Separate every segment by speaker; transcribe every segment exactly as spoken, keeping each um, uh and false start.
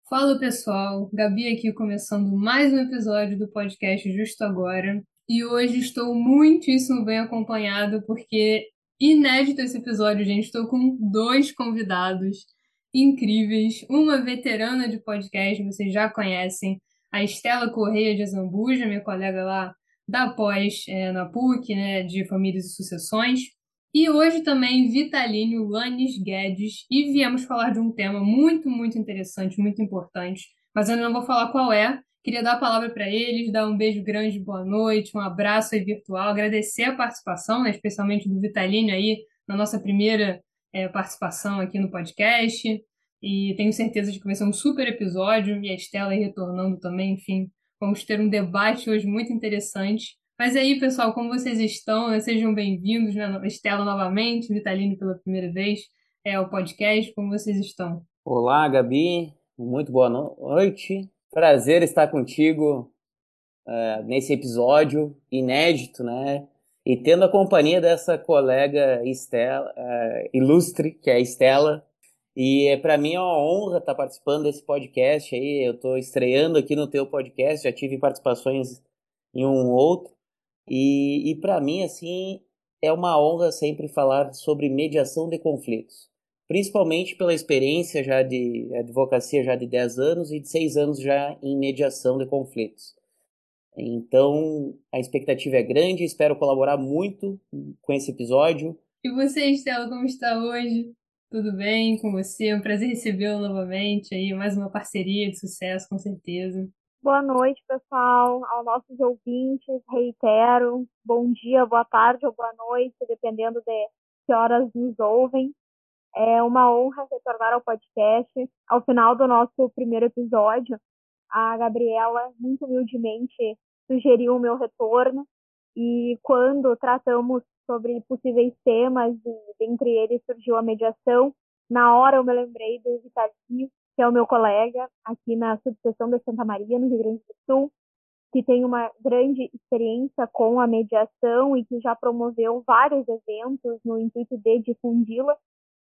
Speaker 1: Fala pessoal, Gabi aqui começando mais um episódio do podcast Justo Agora. E hoje estou muitíssimo bem acompanhado porque inédito esse episódio, gente. Estou com dois convidados incríveis, uma veterana de podcast, vocês já conhecem, a Estela Correia de Azambuja, minha colega lá da pós é, na PUC, né, de Famílias e Sucessões. E hoje também Vitalínio Lanes Guedes, e viemos falar de um tema muito, muito interessante, muito importante, mas eu não vou falar qual é. Queria dar a palavra para eles, dar um beijo grande, boa noite, um abraço aí virtual, agradecer a participação, né, especialmente do Vitalínio aí, na nossa primeira é, participação aqui no podcast, e tenho certeza de que vai ser um super episódio, e a Estela aí retornando também, enfim, vamos ter um debate hoje muito interessante. Mas aí, pessoal, como vocês estão? Né? Sejam bem-vindos, né? Estela novamente, Vitalino pela primeira vez, é ao podcast. Como vocês estão?
Speaker 2: Olá, Gabi. Muito boa no- noite. Prazer estar contigo eh, nesse episódio inédito, né? E tendo a companhia dessa colega Estela, eh, ilustre, que é a Estela. E é, para mim é uma honra estar participando desse podcast aí. Eu estou estreando aqui no teu podcast, já tive participações em um outro. E, e para mim, assim, é uma honra sempre falar sobre mediação de conflitos, principalmente pela experiência já de advocacia já de dez anos e de seis anos já em mediação de conflitos. Então, a expectativa é grande, espero colaborar muito com esse episódio.
Speaker 1: E você, Estela, como está hoje? Tudo bem com você? É um prazer recebê-la novamente aí, mais uma parceria de sucesso, com certeza.
Speaker 3: Boa noite, pessoal, aos nossos ouvintes, reitero, bom dia, boa tarde ou boa noite, dependendo de que horas nos ouvem. É uma honra retornar ao podcast. Ao final do nosso primeiro episódio, a Gabriela, muito humildemente, sugeriu o meu retorno, e quando tratamos sobre possíveis temas, e dentre eles surgiu a mediação, na hora eu me lembrei do Vitalino, que é o meu colega aqui na subseção de Santa Maria, no Rio Grande do Sul, que tem uma grande experiência com a mediação e que já promoveu vários eventos no intuito de difundi-la,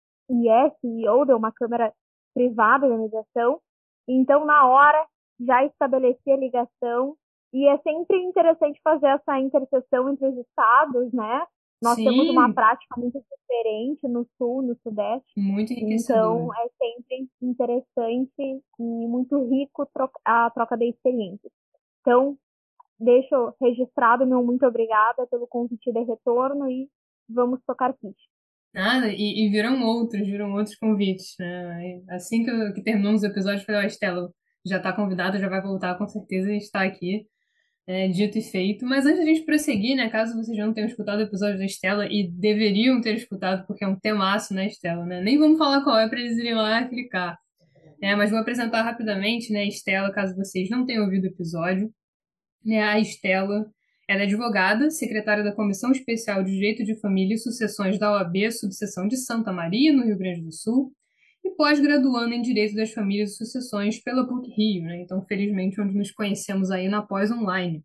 Speaker 3: e é C E O de uma câmara privada de mediação. Então, na hora, já estabeleci a ligação, e é sempre interessante fazer essa interseção entre os estados, né? Nós temos uma
Speaker 1: Sim,
Speaker 3: prática muito diferente no sul, no sudeste,
Speaker 1: muito enriquecedor.
Speaker 3: então é sempre interessante e muito rico a troca de experiências. Então, deixo registrado meu muito obrigada pelo convite de retorno e vamos tocar ficha.
Speaker 1: Nada, e, e viram outros, viram outros convites, né? Assim que, eu, que terminamos o episódio, eu falei, ó, Estela, já está convidada, já vai voltar com certeza e está aqui. É, dito e feito. Mas antes de a gente prosseguir, né, caso vocês já não tenham escutado o episódio da Estela e deveriam ter escutado, porque é um temaço, né, Estela, né? Nem vamos falar qual é para eles irem lá clicar. É, mas vou apresentar rapidamente, né, a Estela, caso vocês não tenham ouvido o episódio. Né, a Estela, ela é advogada, secretária da Comissão Especial de Direito de Família e Sucessões da O A B, subseção de Santa Maria, no Rio Grande do Sul, e pós-graduando em Direito das Famílias e Sucessões pela PUC Rio, né? Então, felizmente, onde nos conhecemos aí na pós online.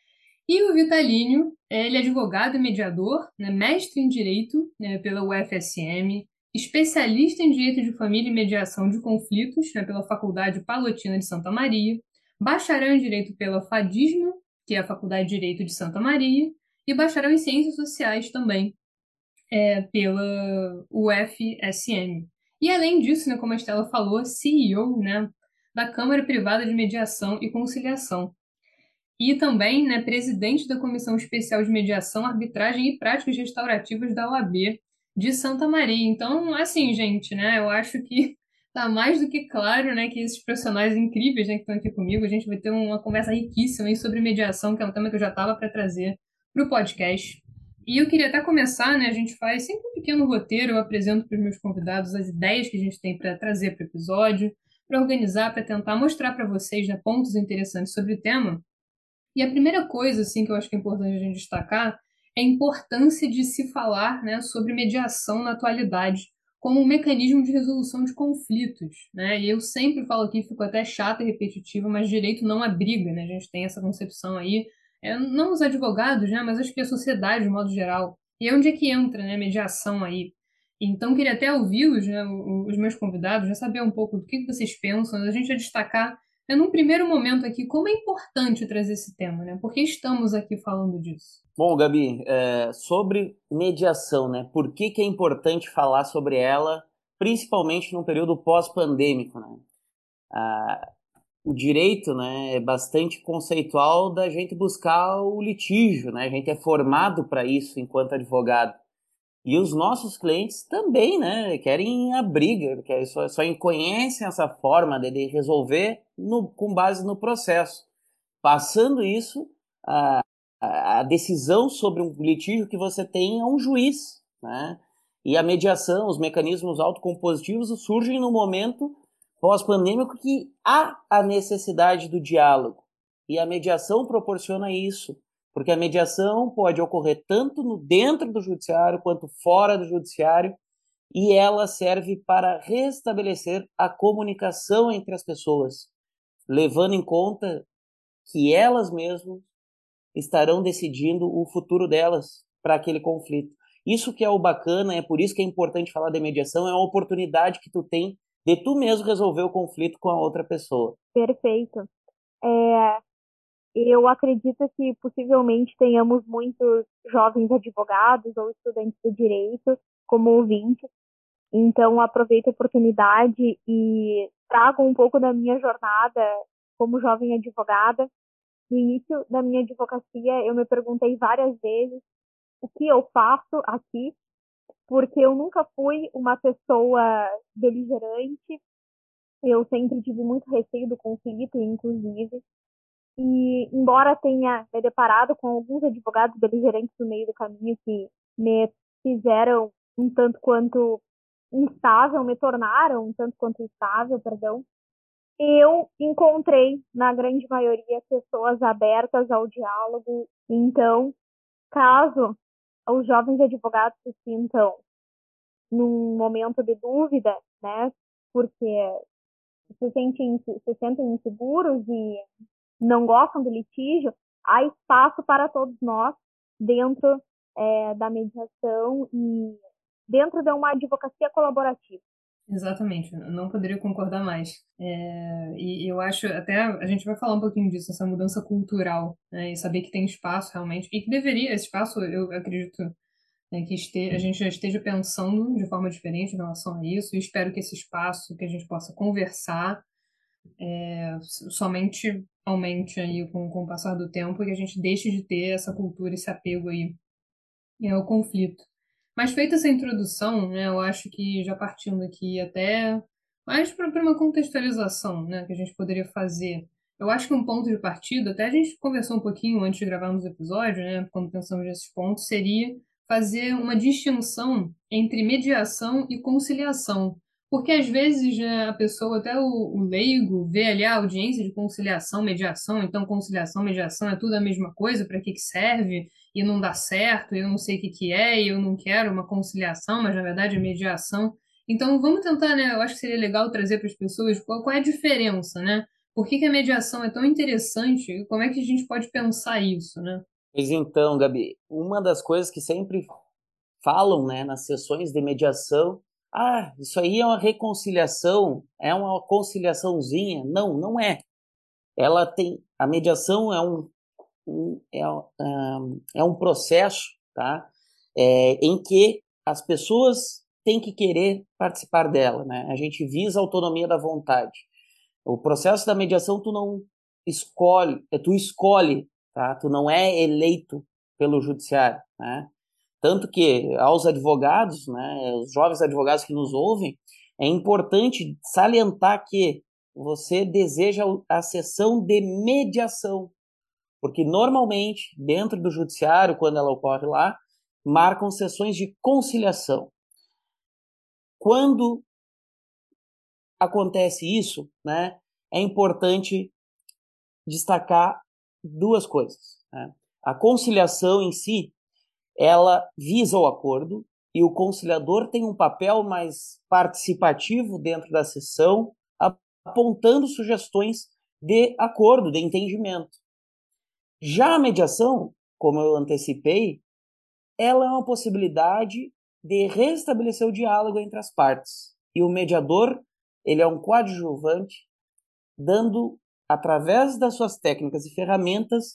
Speaker 1: E o Vitalínio, ele é advogado e mediador, né, mestre em Direito, né, pela U F S M, especialista em Direito de Família e Mediação de Conflitos, né, pela Faculdade Palotina de Santa Maria, bacharel em Direito pela FADISMA, que é a Faculdade de Direito de Santa Maria, e bacharel em Ciências Sociais também, é, pela U F S M. E além disso, né, como a Estela falou, C E O, né, da Câmara Privada de Mediação e Conciliação, e também, né, presidente da Comissão Especial de Mediação, Arbitragem e Práticas Restaurativas da O A B de Santa Maria. Então, assim, gente, né, eu acho que tá mais do que claro, né, que esses profissionais incríveis, né, que estão aqui comigo, a gente vai ter uma conversa riquíssima aí sobre mediação, que é um tema que eu já estava para trazer para o podcast. E eu queria até começar, né, a gente faz sempre um pequeno roteiro, eu apresento para os meus convidados as ideias que a gente tem para trazer para o episódio, para organizar, para tentar mostrar para vocês, né, pontos interessantes sobre o tema. E a primeira coisa, assim, que eu acho que é importante a gente destacar é a importância de se falar, né, sobre mediação na atualidade como um mecanismo de resolução de conflitos, né? E eu sempre falo aqui, fico até chata e repetitiva, mas direito não é briga, né? A gente tem essa concepção aí, é, não os advogados, né, mas acho que a sociedade de modo geral. E é onde é que entra, né, a mediação aí? Então, queria até ouvir-os, né, os meus convidados, já saber um pouco do que vocês pensam. A gente vai destacar, né, num primeiro momento aqui, como é importante trazer esse tema, né? Por que estamos aqui falando disso?
Speaker 2: Bom, Gabi, é, sobre mediação, né? Por que que é importante falar sobre ela, principalmente no período pós-pandêmico, né? Ah, o direito, né, é bastante conceitual da gente buscar o litígio, né? A gente é formado para isso enquanto advogado. E os nossos clientes também, né, querem a briga, querem, só, só conhecem essa forma de, de resolver no, com base no processo. Passando isso, a, a decisão sobre um litígio que você tem é um juiz, né? E a mediação, os mecanismos autocompositivos surgem no momento pós-pandêmico que há a necessidade do diálogo. E a mediação proporciona isso, porque a mediação pode ocorrer tanto no dentro do judiciário quanto fora do judiciário, e ela serve para restabelecer a comunicação entre as pessoas, levando em conta que elas mesmas estarão decidindo o futuro delas para aquele conflito. Isso que é o bacana, é por isso que é importante falar de mediação, é uma oportunidade que tu tem de tu mesmo resolver o conflito com a outra pessoa.
Speaker 3: Perfeito. É, eu acredito que possivelmente tenhamos muitos jovens advogados ou estudantes de direito como ouvintes. Então, aproveito a oportunidade e trago um pouco da minha jornada como jovem advogada. No início da minha advocacia, eu me perguntei várias vezes o que eu faço aqui, porque eu nunca fui uma pessoa beligerante, eu sempre tive muito receio do conflito, inclusive, e embora tenha me deparado com alguns advogados beligerantes no meio do caminho que me fizeram um tanto quanto instável, me tornaram um tanto quanto instável, perdão, eu encontrei, na grande maioria, pessoas abertas ao diálogo. Então, caso os jovens advogados se sintam num momento de dúvida, né, porque se sentem, se sentem inseguros e não gostam do litígio, há espaço para todos nós dentro é, da mediação e dentro de uma advocacia colaborativa.
Speaker 1: Exatamente, eu não poderia concordar mais. É, e eu acho, até a gente vai falar um pouquinho disso, essa mudança cultural, né, e saber que tem espaço realmente, e que deveria, esse espaço, eu acredito, né, que este, a gente já esteja pensando de forma diferente em relação a isso, e espero que esse espaço, que a gente possa conversar, é, somente aumente aí com, com o passar do tempo e que a gente deixe de ter essa cultura, esse apego aí ao conflito. Mas feita essa introdução, né, eu acho que já partindo aqui até mais para uma contextualização, né, que a gente poderia fazer. Eu acho que um ponto de partida, até a gente conversou um pouquinho antes de gravarmos o episódio, né, quando pensamos nesses pontos, seria fazer uma distinção entre mediação e conciliação. Porque às vezes, né, a pessoa, até o, o leigo, vê ali a audiência de conciliação, mediação, então conciliação, mediação é tudo a mesma coisa, para que que serve? E não dá certo, eu não sei o que que é, e eu não quero uma conciliação, mas na verdade é mediação. Então vamos tentar, né? Eu acho que seria legal trazer para as pessoas qual, qual é a diferença, né? Por que que a mediação é tão interessante e como é que a gente pode pensar isso, né?
Speaker 2: Pois então, Gabi, uma das coisas que sempre falam, né, nas sessões de mediação, ah, isso aí é uma reconciliação, é uma conciliaçãozinha. Não, não é. Ela tem, a mediação é um, um é, um, é um processo, tá? É, em que as pessoas têm que querer participar dela, né? A gente visa a autonomia da vontade. O processo da mediação tu não escolhe, tu escolhe, tá? Tu não é eleito pelo judiciário, né? Tanto que aos advogados, né, os jovens advogados que nos ouvem, é importante salientar que você deseja a sessão de mediação, porque normalmente, dentro do judiciário, quando ela ocorre lá, marcam sessões de conciliação. Quando acontece isso, né, é importante destacar duas coisas, né? A conciliação em si, ela visa o acordo e o conciliador tem um papel mais participativo dentro da sessão, apontando sugestões de acordo, de entendimento. Já a mediação, como eu antecipei, ela é uma possibilidade de restabelecer o diálogo entre as partes. E o mediador, ele é um coadjuvante, dando, através das suas técnicas e ferramentas,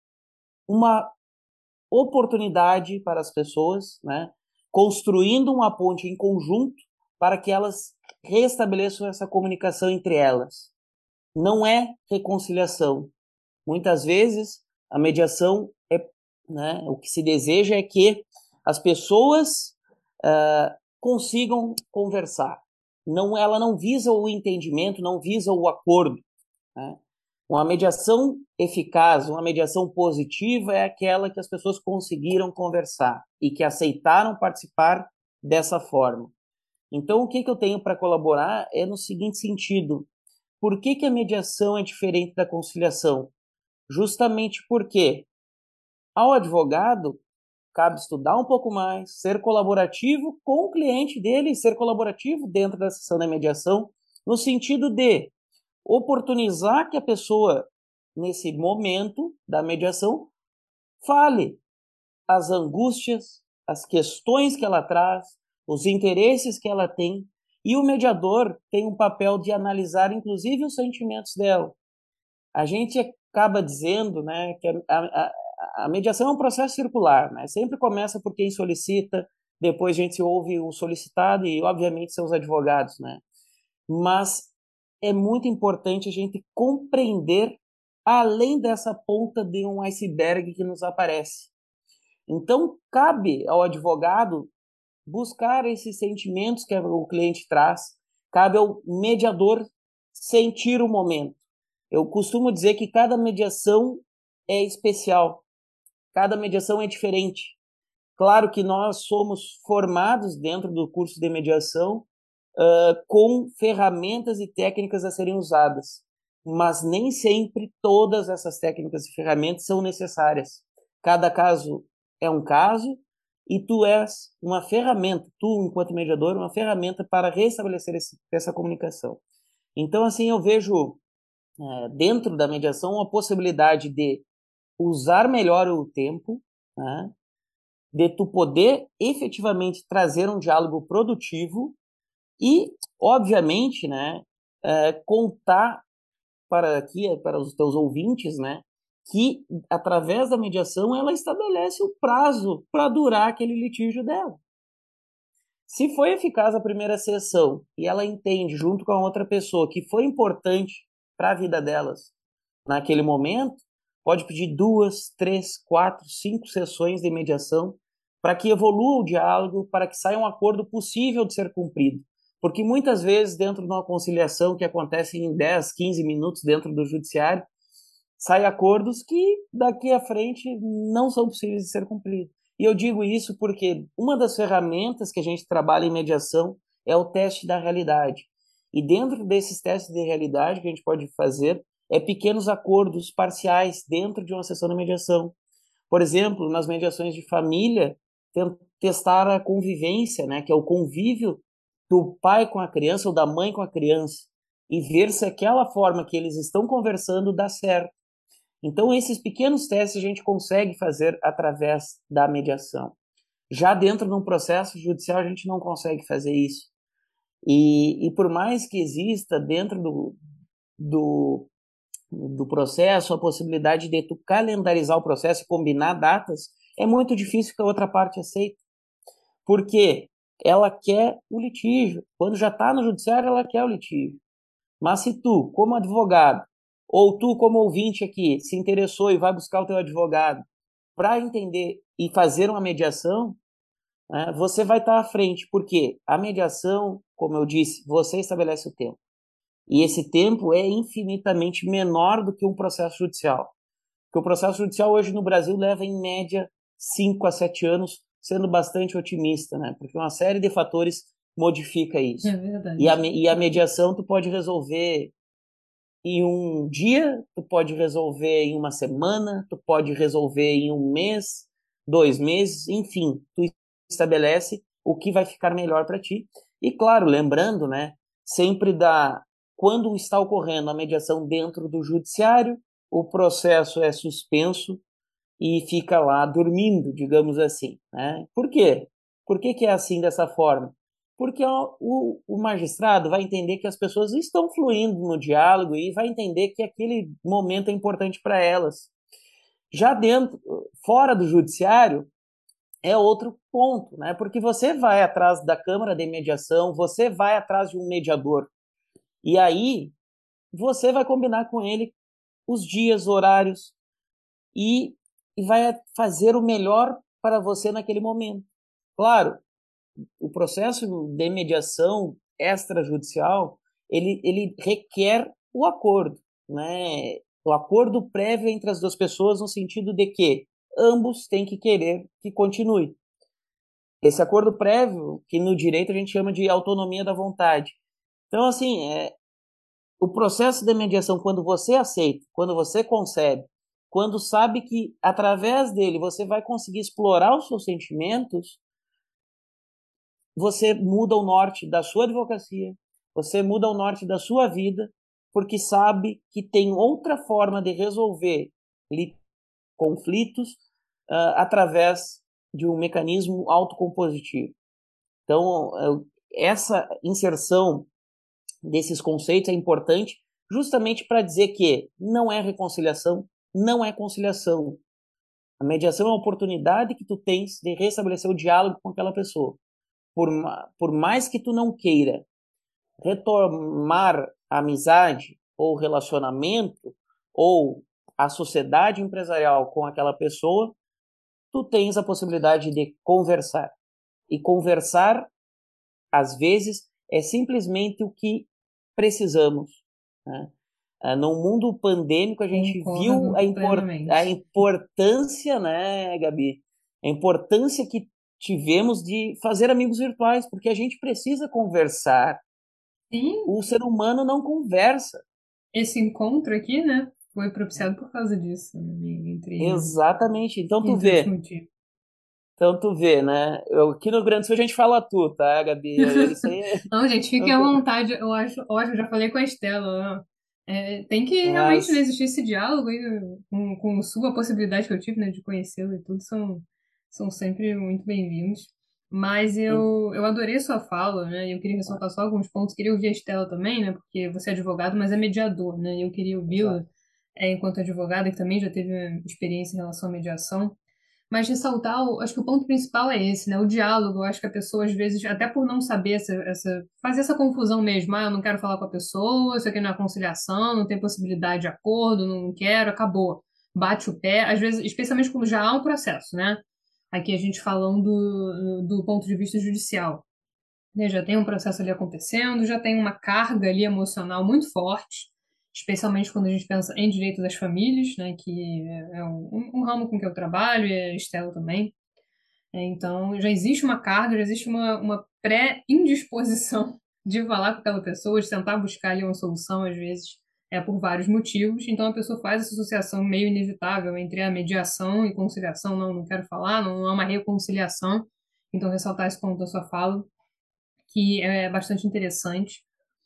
Speaker 2: uma oportunidade para as pessoas, né, construindo uma ponte em conjunto para que elas restabeleçam essa comunicação entre elas. Não é reconciliação. Muitas vezes, a mediação, é, né, o que se deseja é que as pessoas uh, consigam conversar. Não, ela não visa o entendimento, não visa o acordo, né? Uma mediação eficaz, uma mediação positiva é aquela que as pessoas conseguiram conversar e que aceitaram participar dessa forma. Então, o que, que eu tenho para colaborar é no seguinte sentido. Por que, que a mediação é diferente da conciliação? Justamente porque ao advogado cabe estudar um pouco mais, ser colaborativo com o cliente dele, ser colaborativo dentro da sessão da mediação, no sentido de oportunizar que a pessoa, nesse momento da mediação, fale as angústias, as questões que ela traz, os interesses que ela tem, e o mediador tem um papel de analisar, inclusive, os sentimentos dela. A gente acaba dizendo, né, que a, a, a mediação é um processo circular, né? Sempre começa por quem solicita, depois a gente ouve o solicitado e, obviamente, seus advogados, né? Mas é muito importante a gente compreender além dessa ponta de um iceberg que nos aparece. Então, cabe ao advogado buscar esses sentimentos que o cliente traz, cabe ao mediador sentir o momento. Eu costumo dizer que cada mediação é especial, cada mediação é diferente. Claro que nós somos formados dentro do curso de mediação uh, com ferramentas e técnicas a serem usadas, mas nem sempre todas essas técnicas e ferramentas são necessárias. Cada caso é um caso e tu és uma ferramenta, tu, enquanto mediador, uma ferramenta para restabelecer esse, essa comunicação. Então, assim, eu vejo é, dentro da mediação a possibilidade de usar melhor o tempo, né, de tu poder efetivamente trazer um diálogo produtivo e, obviamente, né, é, contar para aqui, para os teus ouvintes, né, que através da mediação ela estabelece o prazo para durar aquele litígio dela. Se foi eficaz a primeira sessão e ela entende, junto com a outra pessoa, que foi importante para a vida delas naquele momento, pode pedir duas, três, quatro, cinco sessões de mediação para que evolua o diálogo, para que saia um acordo possível de ser cumprido. Porque muitas vezes, dentro de uma conciliação que acontece em dez, quinze minutos dentro do judiciário, saem acordos que daqui à frente não são possíveis de ser cumpridos. E eu digo isso porque uma das ferramentas que a gente trabalha em mediação é o teste da realidade. E dentro desses testes de realidade que a gente pode fazer é pequenos acordos parciais dentro de uma sessão de mediação. Por exemplo, nas mediações de família, testar a convivência, né, que é o convívio do pai com a criança ou da mãe com a criança, e ver se aquela forma que eles estão conversando dá certo. Então, esses pequenos testes a gente consegue fazer através da mediação. Já dentro de um processo judicial, a gente não consegue fazer isso. E, e por mais que exista dentro do, do, do processo a possibilidade de tu calendarizar o processo e combinar datas, é muito difícil que a outra parte aceite. Porque ela quer o litígio. Quando já está no judiciário, ela quer o litígio. Mas se tu, como advogado, ou tu, como ouvinte aqui, se interessou e vai buscar o teu advogado para entender e fazer uma mediação, né, você vai estar à frente, porque a mediação, como eu disse, você estabelece o tempo. E esse tempo é infinitamente menor do que um processo judicial. Porque o processo judicial hoje no Brasil leva, em média, cinco a sete anos, sendo bastante otimista, né? Porque uma série de fatores modifica isso.
Speaker 1: É verdade.
Speaker 2: E a, e a mediação tu pode resolver em um dia, tu pode resolver em uma semana, tu pode resolver em um mês, dois meses, enfim, tu estabelece o que vai ficar melhor para ti. E claro, lembrando, né, sempre da quando está ocorrendo a mediação dentro do judiciário, o processo é suspenso e fica lá dormindo, digamos assim, né? Por quê? Por que que é assim, dessa forma? Porque ó, o, o magistrado vai entender que as pessoas estão fluindo no diálogo e vai entender que aquele momento é importante para elas. Já dentro, fora do judiciário, é outro ponto, né? Porque você vai atrás da Câmara de Mediação, você vai atrás de um mediador. E aí, você vai combinar com ele os dias, horários, e, e vai fazer o melhor para você naquele momento. Claro, o processo de mediação extrajudicial, ele, ele requer o acordo, né? O acordo prévio entre as duas pessoas no sentido de que ambos têm que querer que continue. Esse acordo prévio, que no direito a gente chama de autonomia da vontade. Então, assim, é, o processo de mediação, quando você aceita, quando você concede, quando sabe que através dele você vai conseguir explorar os seus sentimentos, você muda o norte da sua advocacia, você muda o norte da sua vida, porque sabe que tem outra forma de resolver conflitos uh, através de um mecanismo autocompositivo. Então, essa inserção desses conceitos é importante justamente para dizer que não é reconciliação, não é conciliação. A mediação é uma oportunidade que tu tens de restabelecer o diálogo com aquela pessoa. Por, por mais que tu não queira retomar a amizade ou relacionamento ou a sociedade empresarial com aquela pessoa, tu tens a possibilidade de conversar. E conversar, às vezes, é simplesmente o que precisamos, né? No mundo pandêmico, a gente viu a, import a importância, né, Gabi? A importância que tivemos de fazer amigos virtuais, porque a gente precisa conversar.
Speaker 1: Sim.
Speaker 2: O ser humano não conversa.
Speaker 1: Esse encontro aqui, né, foi propiciado por causa disso. Né, entre
Speaker 2: Exatamente. Então tu vê. Então tu vê, né? Eu, aqui no Rio Grande do Sul a gente fala tu, tá, Gabi? Isso aí é...
Speaker 1: Não, gente, fiquem à vontade. Eu acho ótimo, já falei com a Estela. É, tem que realmente Mas... existir esse diálogo aí, com, com o Sul, a possibilidade que eu tive, né, de conhecê-lo e tudo, são, são sempre muito bem-vindos. Mas eu, eu adorei a sua fala, né? Eu queria ressaltar só alguns pontos. Queria ouvir a Estela também, né? Porque você é advogado, mas é mediador, né? Eu queria ouvi-la é, enquanto advogada, que também já teve experiência em relação à mediação. Mas ressaltar, acho que o ponto principal é esse, né? O diálogo. Eu acho que a pessoa, às vezes, até por não saber essa, essa, fazer essa confusão mesmo, ah, eu não quero falar com a pessoa, isso aqui não é conciliação, não tem possibilidade de acordo, não quero, acabou. Bate o pé, às vezes, especialmente quando já há um processo, né? Aqui a gente falando do, do ponto de vista judicial. Né? Já tem um processo ali acontecendo, já tem uma carga ali emocional muito forte, especialmente quando a gente pensa em direito das famílias, né, que é um, um ramo com que eu trabalho, e a Estela também. É, então, já existe uma carga, já existe uma, uma pré-indisposição de falar com aquela pessoa, de tentar buscar ali uma solução, às vezes, é por vários motivos. Então, a pessoa faz essa associação meio inevitável entre a mediação e conciliação. Não, não quero falar, não é uma reconciliação. Então, ressaltar esse ponto da sua fala, que é bastante interessante.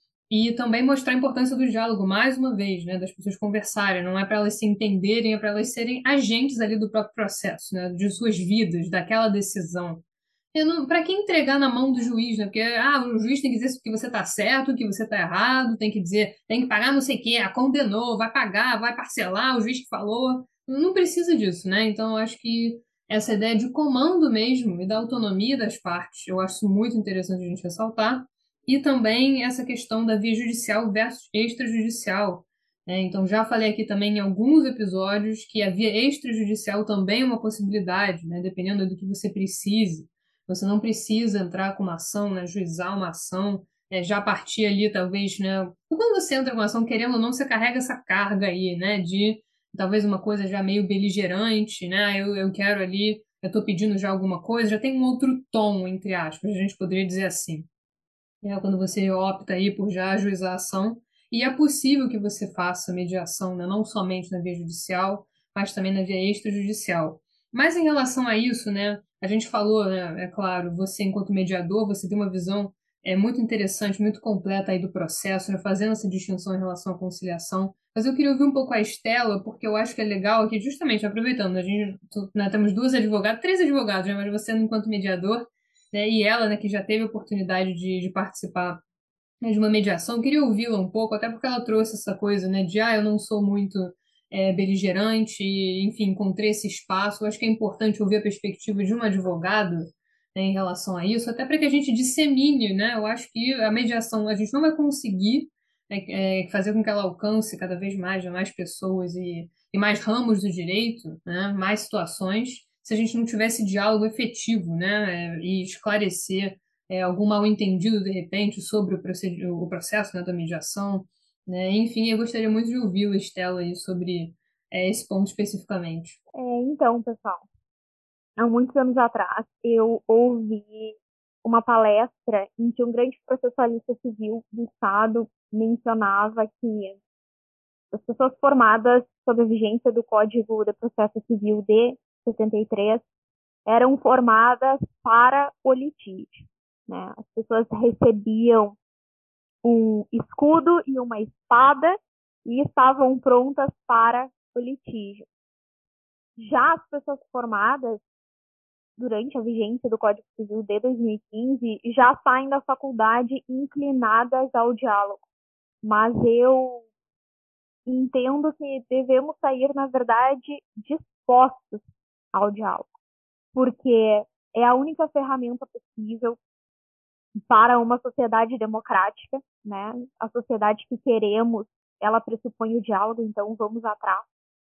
Speaker 1: E também mostrar a importância do diálogo, mais uma vez, né, das pessoas conversarem. Não é para elas se entenderem, é para elas serem agentes ali do próprio processo, né, de suas vidas, daquela decisão. Para que entregar na mão do juiz, né? Porque ah, o juiz tem que dizer que você está certo, que você está errado, tem que dizer, tem que pagar não sei o quê, ah, condenou, vai pagar, vai parcelar, o juiz que falou. Não precisa disso, né? Então, eu acho que essa ideia de comando mesmo e da autonomia das partes, eu acho muito interessante a gente ressaltar. E também essa questão da via judicial versus extrajudicial. Né? Então, já falei aqui também em alguns episódios que a via extrajudicial também é uma possibilidade, né? Dependendo do que você precise. Você não precisa entrar com uma ação, né? Juizar uma ação, é, já partir ali, talvez, né? Quando você entra com uma ação, querendo ou não, você carrega essa carga aí, né? De talvez uma coisa já meio beligerante, né? Eu, eu quero ali, eu estou pedindo já alguma coisa, já tem um outro tom, entre aspas, a gente poderia dizer assim. É quando você opta aí por já ajuizar a ação. E é possível que você faça mediação, né? Não somente na via judicial, mas também na via extrajudicial. Mas em relação a isso, né? A gente falou, né? É claro, você enquanto mediador, você tem uma visão é, muito interessante, muito completa aí do processo, né? Fazendo essa distinção em relação à conciliação. Mas eu queria ouvir um pouco a Estela, porque eu acho que é legal aqui, justamente aproveitando, a gente, né, temos duas advogadas, três advogados, né? Mas você enquanto mediador, né? E ela, né, que já teve a oportunidade de, de participar, né, de uma mediação, queria ouvi-la um pouco, até porque ela trouxe essa coisa, né, de, ah, eu não sou muito é, beligerante, e, enfim, encontrei esse espaço. Eu acho que é importante ouvir a perspectiva de um advogado, né, em relação a isso, até para que a gente dissemine, né? Eu acho que a mediação, a gente não vai conseguir é, é, fazer com que ela alcance cada vez mais, né, mais pessoas e, e mais ramos do direito, né, mais situações, se a gente não tivesse diálogo efetivo, né, é, e esclarecer é, algum mal-entendido, de repente, sobre o, proced... o processo, né, da mediação, né? Enfim, eu gostaria muito de ouvi-la, Estela, aí, sobre é, esse ponto especificamente.
Speaker 3: É, então, pessoal, há muitos anos atrás, eu ouvi uma palestra em que um grande processualista civil do Estado mencionava que as pessoas formadas sob a vigência do Código de Processo Civil de sessenta e três eram formadas para o litígio, né? As pessoas recebiam um escudo e uma espada e estavam prontas para o litígio. Já as pessoas formadas durante a vigência do Código Civil de dois mil e quinze já saem da faculdade inclinadas ao diálogo. Mas eu entendo que devemos sair, na verdade, dispostos ao diálogo, porque é a única ferramenta possível para uma sociedade democrática, né? A sociedade que queremos, ela pressupõe o diálogo, então vamos atrás.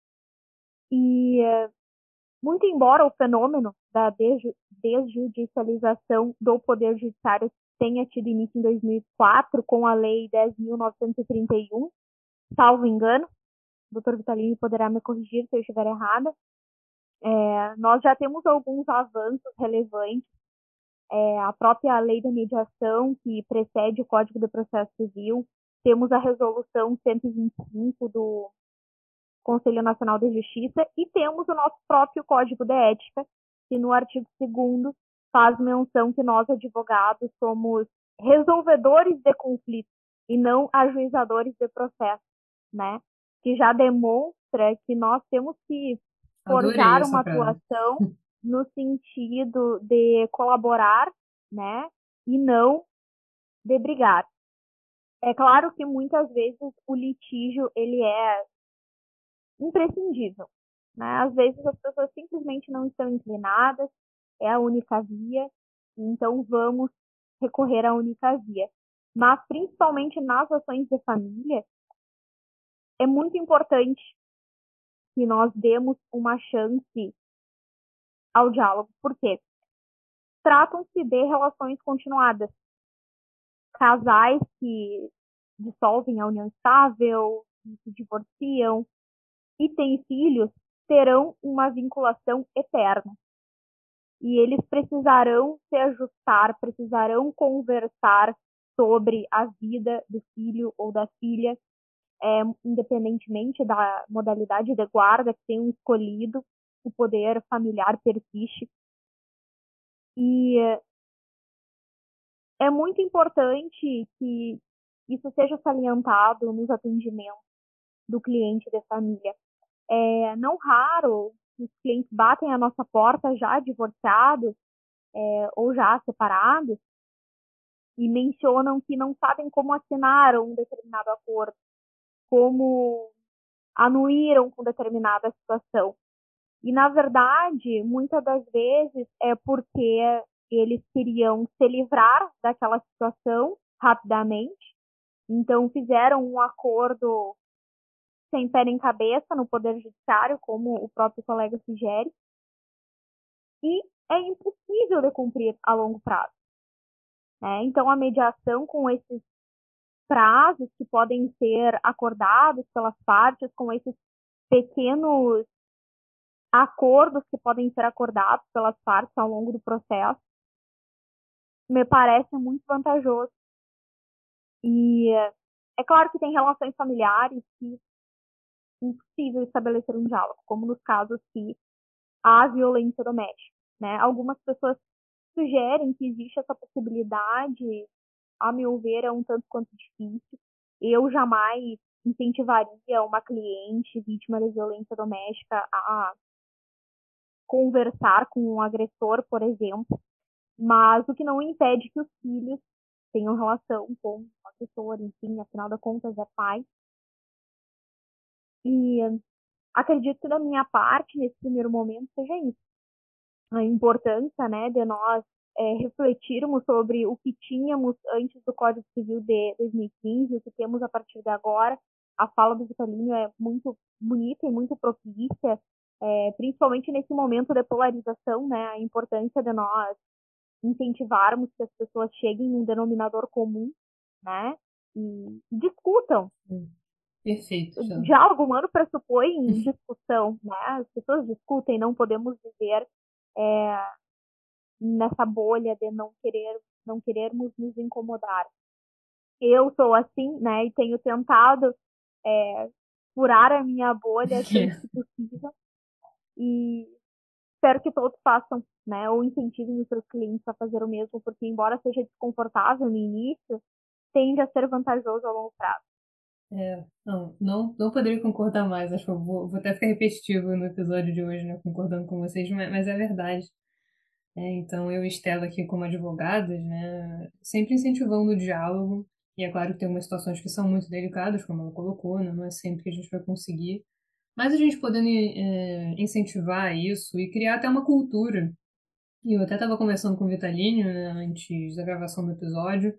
Speaker 3: E muito embora o fenômeno da desjudicialização do Poder Judiciário tenha tido início em dois mil e quatro, com a Lei dez mil novecentos e trinta e um, salvo engano, o doutor Vitalini poderá me corrigir se eu estiver errada, é, nós já temos alguns avanços relevantes. É, a própria Lei da Mediação, que precede o Código de Processo Civil, temos a Resolução cento e vinte e cinco do Conselho Nacional de Justiça e temos o nosso próprio Código de Ética, que no artigo segundo faz menção que nós, advogados, somos resolvedores de conflitos e não ajuizadores de processos, né? Que já demonstra que nós temos que
Speaker 1: Adorei
Speaker 3: forjar
Speaker 1: essa
Speaker 3: uma
Speaker 1: frase.
Speaker 3: atuação no sentido de colaborar, né? E não de brigar. É claro que muitas vezes o litígio ele é imprescindível, né? Às vezes as pessoas simplesmente não estão inclinadas, é a única via, então vamos recorrer à única via. Mas principalmente nas ações de família, é muito importante que nós demos uma chance ao diálogo, porque tratam-se de relações continuadas. Casais que dissolvem a união estável, que se divorciam e têm filhos, terão uma vinculação eterna. E eles precisarão se ajustar, precisarão conversar sobre a vida do filho ou da filha, é, independentemente da modalidade de guarda que tenham escolhido, o poder familiar persiste. E é muito importante que isso seja salientado nos atendimentos do cliente de família. É não raro os clientes batem a nossa porta já divorciados é, ou já separados e mencionam que não sabem como assinaram um determinado acordo, como anuíram com determinada situação. E, na verdade, muitas das vezes é porque eles queriam se livrar daquela situação rapidamente, então fizeram um acordo sem pé nem cabeça no Poder Judiciário, como o próprio colega sugere, e é impossível de cumprir a longo prazo. Né? Então, a mediação com esses prazos que podem ser acordados pelas partes, com esses pequenos acordos que podem ser acordados pelas partes ao longo do processo, me parece muito vantajoso. E é claro que tem relações familiares que é impossível estabelecer um diálogo, como nos casos que há violência doméstica. Né? Algumas pessoas sugerem que existe essa possibilidade, a meu ver, é um tanto quanto difícil. Eu jamais incentivaria uma cliente vítima de violência doméstica a conversar com um agressor, por exemplo, mas o que não impede que os filhos tenham relação com o agressor, enfim, afinal de contas é pai. E acredito que da minha parte, nesse primeiro momento, seja isso. A importância, né, de nós é, refletirmos sobre o que tínhamos antes do Código Civil de dois mil e quinze, o que temos a partir de agora. A fala do Vitalino é muito bonita e muito propícia, é, principalmente nesse momento de polarização, né, a importância de nós incentivarmos que as pessoas cheguem num denominador comum, né, e discutam.
Speaker 1: Perfeito.
Speaker 3: O diálogo humano pressupõe discussão, né? As pessoas discutem, não podemos viver é, nessa bolha de não querer, não querermos nos incomodar. Eu sou assim, né? E tenho tentado é, furar a minha bolha sempre que possível e espero que todos façam, né? Ou incentivem os seus clientes a fazer o mesmo, porque embora seja desconfortável no início, tende a ser vantajoso ao longo prazo.
Speaker 1: É, não, não, não poderia concordar mais. Acho que eu vou, vou até ficar repetitivo no episódio de hoje, né? Concordando com vocês, mas, mas é verdade. É, então, eu e Estela aqui como advogadas, né? Sempre incentivando o diálogo. E é claro que tem umas situações que são muito delicadas, como ela colocou, né? Não é sempre que a gente vai conseguir. Mas a gente podendo é, incentivar isso e criar até uma cultura. E eu até estava conversando com o Vitalínio, né, antes da gravação do episódio,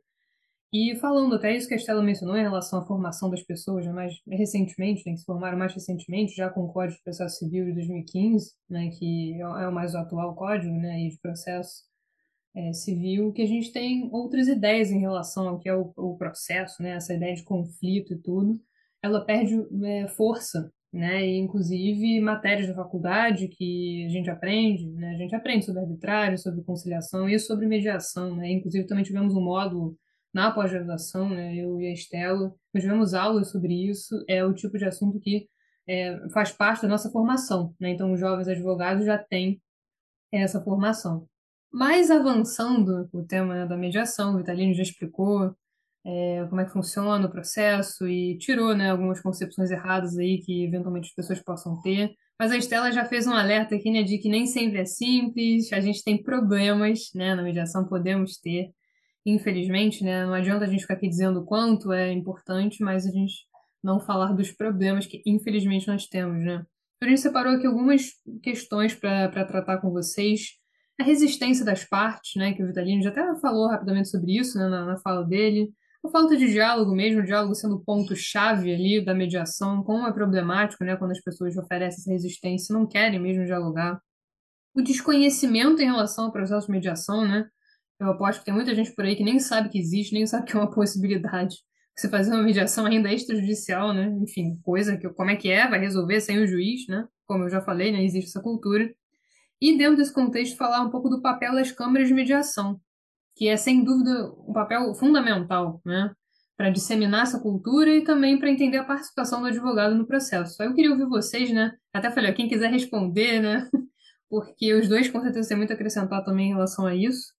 Speaker 1: e falando até isso que a Estela mencionou em relação à formação das pessoas, né, mais recentemente, né, que se formaram mais recentemente, já com o Código de Processo Civil de dois mil e quinze, né, que é é o mais atual código, né, e de processo é, civil, que a gente tem outras ideias em relação ao que é o, o processo, né, essa ideia de conflito e tudo, ela perde é, força, né, e inclusive matérias da faculdade que a gente aprende, né, a gente aprende sobre arbitrário, sobre conciliação e sobre mediação, né, inclusive também tivemos um módulo na pós-graduação, né, eu e a Estela, nós tivemos aulas sobre isso, é o tipo de assunto que é, faz parte da nossa formação, né, então os jovens advogados já têm essa formação. Mas avançando o tema, né, da mediação, o Vitalino já explicou é, como é que funciona o processo e tirou, né, algumas concepções erradas aí que eventualmente as pessoas possam ter. Mas a Estela já fez um alerta aqui, né, de que nem sempre é simples, a gente tem problemas, né, na mediação podemos ter, infelizmente, né, não adianta a gente ficar aqui dizendo o quanto é importante, mas a gente não falar dos problemas que infelizmente nós temos, né. A gente separou aqui algumas questões para tratar com vocês. A resistência das partes, né, que o Vitalino já até falou rapidamente sobre isso, né, na, na fala dele. A falta de diálogo mesmo, o diálogo sendo o ponto-chave ali da mediação, como é problemático, né, quando as pessoas oferecem essa resistência e não querem mesmo dialogar. O desconhecimento em relação ao processo de mediação, né? Eu aposto que tem muita gente por aí que nem sabe que existe, nem sabe que é uma possibilidade. Você fazer uma mediação ainda extrajudicial, né? Enfim, coisa que como é que é, vai resolver sem o juiz, né? Como eu já falei, né? Existe essa cultura. E dentro desse contexto, falar um pouco do papel das câmaras de mediação, que é sem dúvida um papel fundamental, né? Para disseminar essa cultura e também para entender a participação do advogado no processo. Aí eu queria ouvir vocês, né? Até falei, ó, quem quiser responder, né? Porque os dois com certeza têm muito a acrescentar também em relação a isso.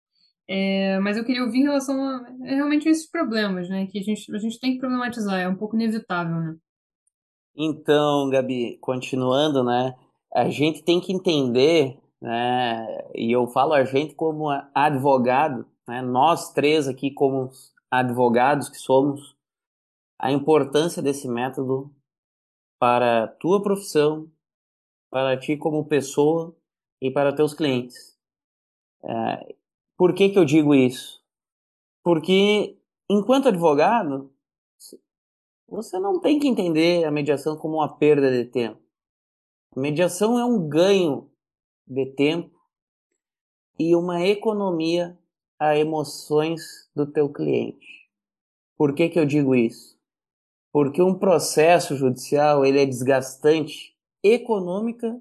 Speaker 1: É, mas eu queria ouvir em relação a é, realmente esses problemas, né? Que a gente, a gente tem que problematizar, é um pouco inevitável, né?
Speaker 2: Então, Gabi, continuando, né? A gente tem que entender, né? E eu falo a gente como advogado, né? Nós três aqui como advogados que somos, a importância desse método para a tua profissão, para ti como pessoa e para teus clientes. É, por que que eu digo isso? Porque enquanto advogado, você não tem que entender a mediação como uma perda de tempo. A mediação é um ganho de tempo e uma economia a emoções do teu cliente. Por que que eu digo isso? Porque um processo judicial ele é desgastante econômica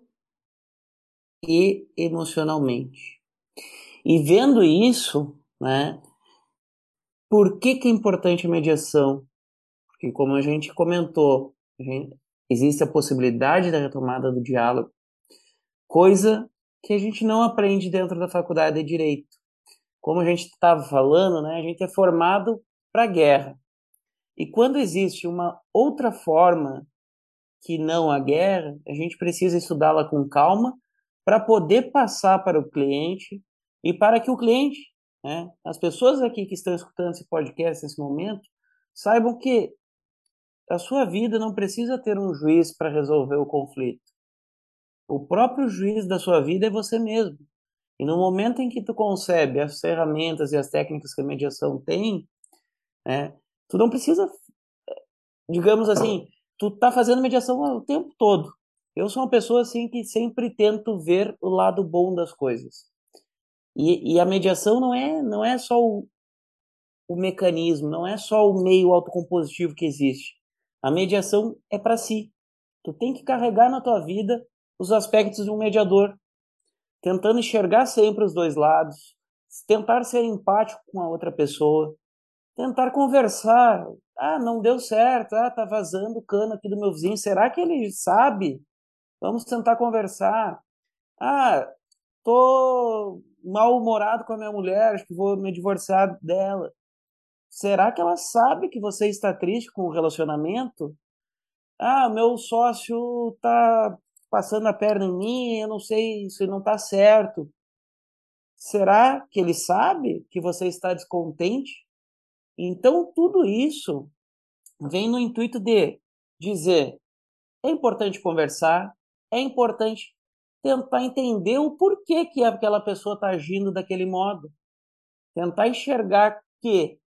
Speaker 2: e emocionalmente. E vendo isso, né, por que que é importante a mediação? Porque como a gente comentou, a gente, existe a possibilidade da retomada do diálogo, coisa que a gente não aprende dentro da faculdade de Direito. Como a gente estava falando, né, a gente é formado para a guerra. E quando existe uma outra forma que não a guerra, a gente precisa estudá-la com calma para poder passar para o cliente e para que o cliente, né, as pessoas aqui que estão escutando esse podcast nesse momento, saibam que a sua vida não precisa ter um juiz para resolver o conflito. O próprio juiz da sua vida é você mesmo. E no momento em que tu concebe as ferramentas e as técnicas que a mediação tem, né, tu não precisa, digamos assim, tu tá fazendo mediação o tempo todo. Eu sou uma pessoa assim que sempre tento ver o lado bom das coisas. E, e a mediação não é, não é só o, o mecanismo, não é só o meio autocompositivo que existe. A mediação é para si. Tu tem que carregar na tua vida os aspectos de um mediador, tentando enxergar sempre os dois lados, tentar ser empático com a outra pessoa, tentar conversar. Ah, não deu certo, ah, tá vazando o cano aqui do meu vizinho, será que ele sabe? Vamos tentar conversar. Ah, tô mal-humorado com a minha mulher, acho que vou me divorciar dela. Será que ela sabe que você está triste com o relacionamento? Ah, meu sócio tá passando a perna em mim, eu não sei, isso não tá certo. Será que ele sabe que você está descontente? Então, tudo isso vem no intuito de dizer, é importante conversar, é importante tentar entender o porquê que aquela pessoa está agindo daquele modo. Tentar enxergar que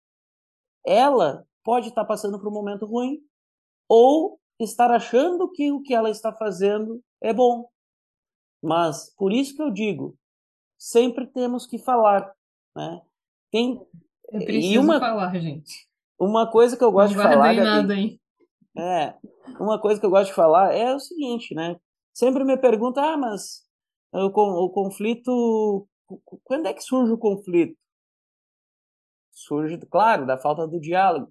Speaker 2: ela pode estar passando por um momento ruim ou estar achando que o que ela está fazendo é bom. Mas, por isso que eu digo, sempre temos que falar, né? Tem,
Speaker 1: Eu
Speaker 2: e
Speaker 1: preciso
Speaker 2: uma,
Speaker 1: falar, gente.
Speaker 2: uma coisa que eu gosto
Speaker 1: Não
Speaker 2: de falar,
Speaker 1: guardei
Speaker 2: Gabi,
Speaker 1: nada, hein?
Speaker 2: é, uma coisa que eu gosto de falar é o seguinte, né? Sempre me pergunta, ah, mas o, o conflito, quando é que surge o conflito? Surge, claro, da falta do diálogo,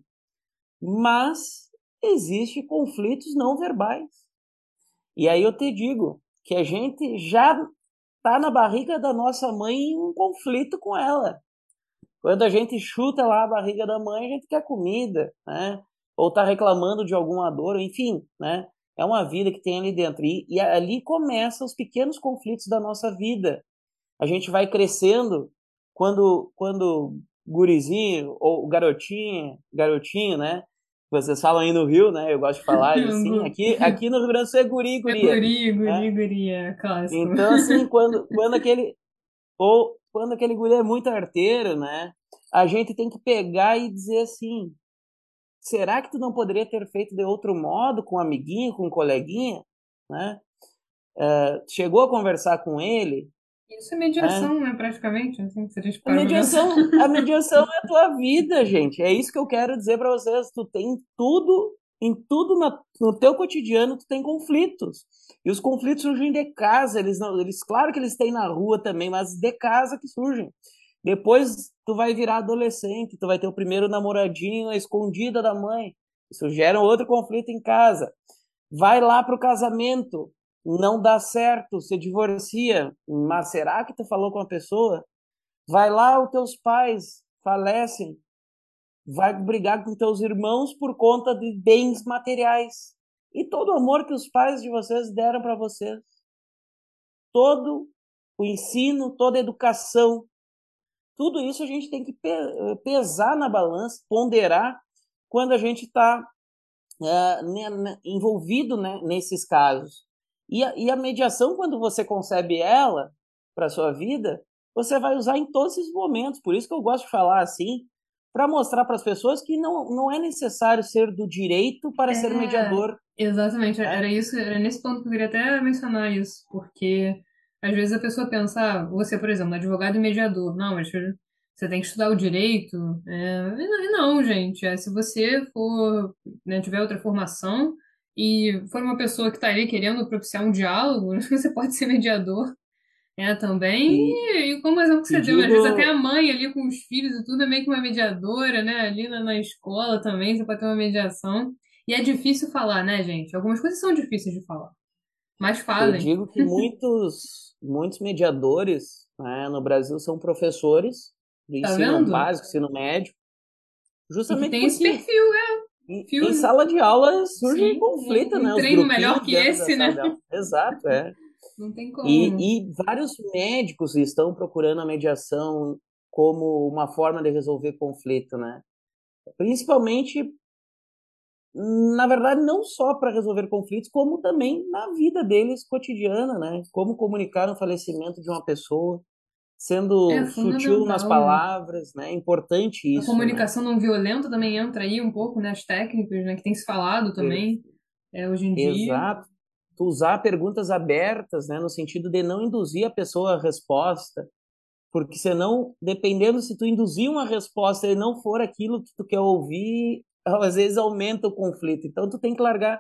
Speaker 2: mas existem conflitos não verbais. E aí eu te digo que a gente já tá na barriga da nossa mãe em um conflito com ela. Quando a gente chuta lá a barriga da mãe, a gente quer comida, né? Ou tá reclamando de alguma dor, enfim, né? É uma vida que tem ali dentro. E, e ali começam os pequenos conflitos da nossa vida. A gente vai crescendo quando, quando gurizinho ou garotinha, garotinho, né? Vocês falam aí no Rio, né? Eu gosto de falar assim. Aqui, aqui no Rio Grande do Sul é guri e
Speaker 1: É
Speaker 2: guria,
Speaker 1: guri,
Speaker 2: né?
Speaker 1: guri, guria, clássico.
Speaker 2: Então, assim, quando, quando aquele ou quando aquele guri é muito arteiro, né? A gente tem que pegar e dizer assim: será que tu não poderia ter feito de outro modo com um amiguinho, com um coleguinha, né? Uh, chegou a conversar com ele,
Speaker 1: Isso é
Speaker 2: né?
Speaker 1: mediação, né? Praticamente, assim, se a gente
Speaker 2: A
Speaker 1: para pra pensar.
Speaker 2: mediação, a mediação é a tua vida, gente. É isso que eu quero dizer para vocês. Tu tem tudo, em tudo na, no teu cotidiano, tu tem conflitos. E os conflitos surgem de casa. Eles não, eles, claro que eles têm na rua também, mas de casa que surgem. Depois tu vai virar adolescente, tu vai ter o primeiro namoradinho à escondida da mãe. Isso gera outro conflito em casa. Vai lá pro casamento, não dá certo, se divorcia. Mas será que tu falou com a pessoa? Vai lá, os teus pais falecem, vai brigar com teus irmãos por conta de bens materiais. E todo o amor que os pais de vocês deram para vocês, todo o ensino, toda a educação, tudo isso a gente tem que pesar na balança, ponderar quando a gente está uh, envolvido, né, nesses casos. E a, e a mediação, quando você concebe ela para sua vida, você vai usar em todos esses momentos. Por isso que eu gosto de falar assim, para mostrar para as pessoas que não, não é necessário ser do direito para
Speaker 1: É,
Speaker 2: ser mediador.
Speaker 1: exatamente,
Speaker 2: Né?
Speaker 1: era isso, era nesse ponto que eu queria até mencionar isso, porque às vezes a pessoa pensa, ah, você, por exemplo, advogado e mediador, não, mas você tem que estudar o direito. É, e não, e não, gente, é, se você for, né, tiver outra formação e for uma pessoa que está ali querendo propiciar um diálogo, você pode ser mediador. É, também,
Speaker 2: E,
Speaker 1: e, e como exemplo que
Speaker 2: e
Speaker 1: você deu, às vezes até a
Speaker 2: digo,
Speaker 1: mãe ali com os filhos e tudo é meio que uma mediadora, né? Ali na, na escola também você pode ter uma mediação. E é difícil falar, né, gente? Algumas coisas são difíceis de falar, mas
Speaker 2: eu
Speaker 1: falem.
Speaker 2: digo que muitos, muitos mediadores, né, no Brasil são professores do
Speaker 1: Tá
Speaker 2: ensino
Speaker 1: vendo?
Speaker 2: básico, ensino médio,
Speaker 1: E que
Speaker 2: justamente
Speaker 1: tem esse
Speaker 2: porque
Speaker 1: perfil, é,
Speaker 2: em,
Speaker 1: fio,
Speaker 2: em sala de aula surge
Speaker 1: sim,
Speaker 2: conflito,
Speaker 1: um, um
Speaker 2: né? Os
Speaker 1: treino melhor
Speaker 2: grupinhos
Speaker 1: que
Speaker 2: dentro da
Speaker 1: esse,
Speaker 2: sala
Speaker 1: né?
Speaker 2: de aula. Exato, é.
Speaker 1: Não tem como.
Speaker 2: E, e vários médicos estão procurando a mediação como uma forma de resolver conflito, né? Principalmente, na verdade, não só para resolver conflitos, como também na vida deles cotidiana, né? Como comunicar o falecimento de uma pessoa,
Speaker 1: É
Speaker 2: sendo sutil nas
Speaker 1: fundamental, né?
Speaker 2: palavras, né? É importante
Speaker 1: A
Speaker 2: isso, né?
Speaker 1: comunicação não violenta também entra aí um pouco, né? As técnicas, né? Que tem se falado também é, hoje em dia.
Speaker 2: Exato. Tu usar perguntas abertas, né, no sentido de não induzir a pessoa à resposta, porque senão, dependendo se tu induzir uma resposta e não for aquilo que tu quer ouvir, às vezes aumenta o conflito. Então tu tem que largar,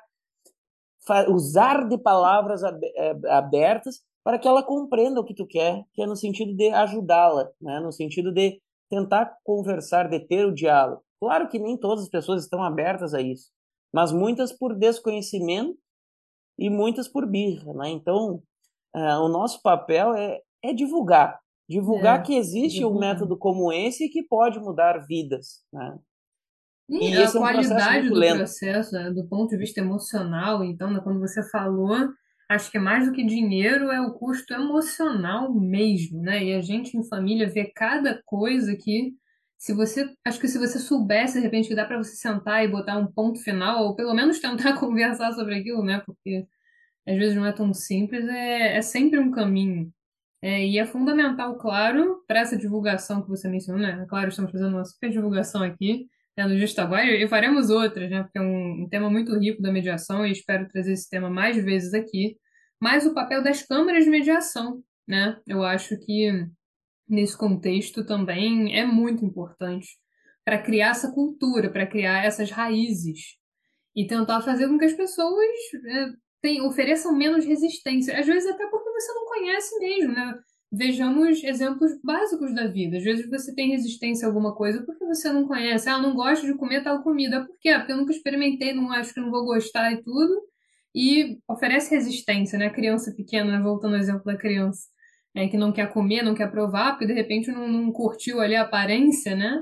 Speaker 2: usar de palavras abertas para que ela compreenda o que tu quer, que é no sentido de ajudá-la, né, no sentido de tentar conversar, de ter o diálogo. Claro que nem todas as pessoas estão abertas a isso, mas muitas por desconhecimento e muitas por birra, né? Então, uh, o nosso papel é, é divulgar, divulgar
Speaker 1: É,
Speaker 2: que existe um
Speaker 1: divulgar.
Speaker 2: método como esse que pode mudar vidas, né?
Speaker 1: E
Speaker 2: E
Speaker 1: a
Speaker 2: esse é um processo
Speaker 1: qualidade
Speaker 2: muito
Speaker 1: do
Speaker 2: lento.
Speaker 1: processo, né, do ponto de vista emocional, então, né, quando você falou, acho que mais do que dinheiro é o custo emocional mesmo, né? E a gente em família vê cada coisa que, se você, acho que se você soubesse, de repente, que dá para você sentar e botar um ponto final, ou pelo menos tentar conversar sobre aquilo, né? Porque às vezes não é tão simples, é, é sempre um caminho. É, e é fundamental, claro, para essa divulgação que você mencionou, né? Claro, estamos fazendo uma super divulgação aqui, né, no Justa Agora, e faremos outras, né? Porque é um, um tema muito rico da mediação e espero trazer esse tema mais vezes aqui. Mas o papel das câmaras de mediação, né? Eu acho que nesse contexto também é muito importante para criar essa cultura, para criar essas raízes e tentar fazer com que as pessoas é, tem, ofereçam menos resistência. Às vezes até porque você não conhece mesmo, né? Vejamos exemplos básicos da vida. Às vezes você tem resistência a alguma coisa porque você não conhece. Ah, eu não gosto de comer tal comida. Por quê? Ah, porque eu nunca experimentei, não acho que não vou gostar e tudo. E oferece resistência, né? A criança pequena, né? Voltando ao exemplo da criança, né? Que não quer comer, não quer provar, porque de repente não, não curtiu ali a aparência, né?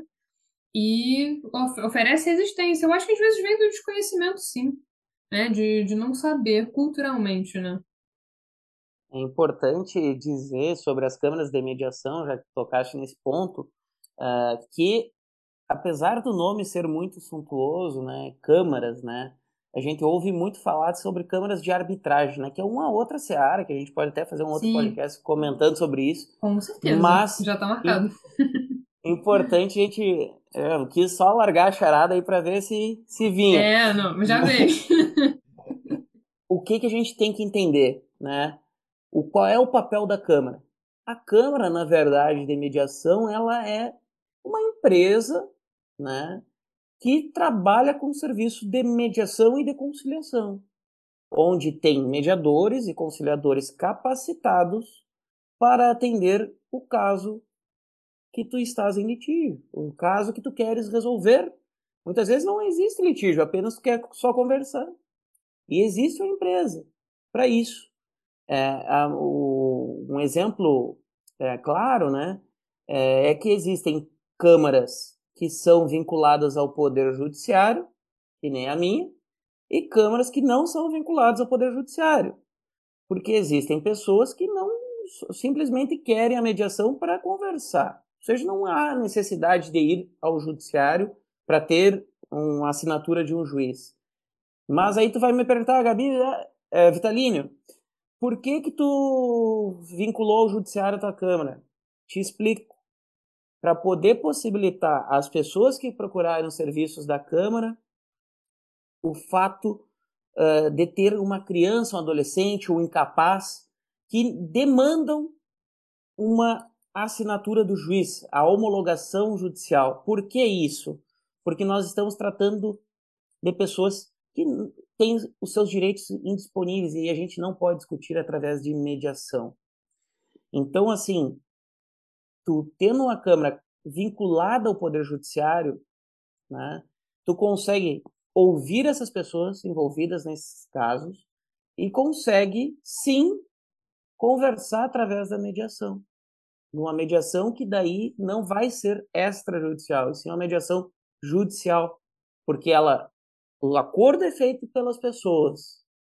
Speaker 1: E of- oferece resistência. Eu acho que às vezes vem do desconhecimento, sim, né? De, de não saber culturalmente, né?
Speaker 2: É importante dizer sobre as câmaras de mediação, já que tocaste nesse ponto, uh, que apesar do nome ser muito suntuoso, né, câmaras, né, a gente ouve muito falar sobre câmaras de arbitragem, né, que é uma outra seara, que a gente pode até fazer um outro
Speaker 1: Sim,
Speaker 2: podcast comentando sobre isso,
Speaker 1: com certeza.
Speaker 2: mas
Speaker 1: Já tá
Speaker 2: im-
Speaker 1: marcado.
Speaker 2: importante a gente, é, eu quis só largar a charada aí para ver se, se vinha.
Speaker 1: É, não, já veio.
Speaker 2: O que que a gente tem que entender, né? O, qual é o papel da Câmara? A Câmara, na verdade, de mediação, ela é uma empresa, né, que trabalha com serviço de mediação e de conciliação, onde tem mediadores e conciliadores capacitados para atender o caso que tu estás em litígio, o caso que tu queres resolver. Muitas vezes não existe litígio, apenas tu quer só conversar. E existe uma empresa para isso. É, a, o, um exemplo é, claro, né, é, é que existem câmaras que são vinculadas ao Poder Judiciário, que nem a minha, e câmaras que não são vinculadas ao Poder Judiciário, porque existem pessoas que não simplesmente querem a mediação para conversar. Ou seja, não há necessidade de ir ao Judiciário para ter uma assinatura de um juiz. Mas aí tu vai me perguntar, Gabi, é, Vitalínio, por que que tu vinculou o judiciário à tua Câmara? Te explico. Para poder possibilitar às pessoas que procurarem os serviços da Câmara o fato uh, de ter uma criança, um adolescente ou um incapaz que demandam uma assinatura do juiz, a homologação judicial. Por que isso? Porque nós estamos tratando de pessoas que têm os seus direitos indisponíveis e a gente não pode discutir através de mediação. Então, assim, tu tendo uma Câmara vinculada ao Poder Judiciário, né, tu consegue ouvir essas pessoas envolvidas nesses casos e consegue, sim, conversar através da mediação. Uma mediação que daí não vai ser extrajudicial, e sim uma mediação judicial, porque ela, o acordo é feito pelas pessoas,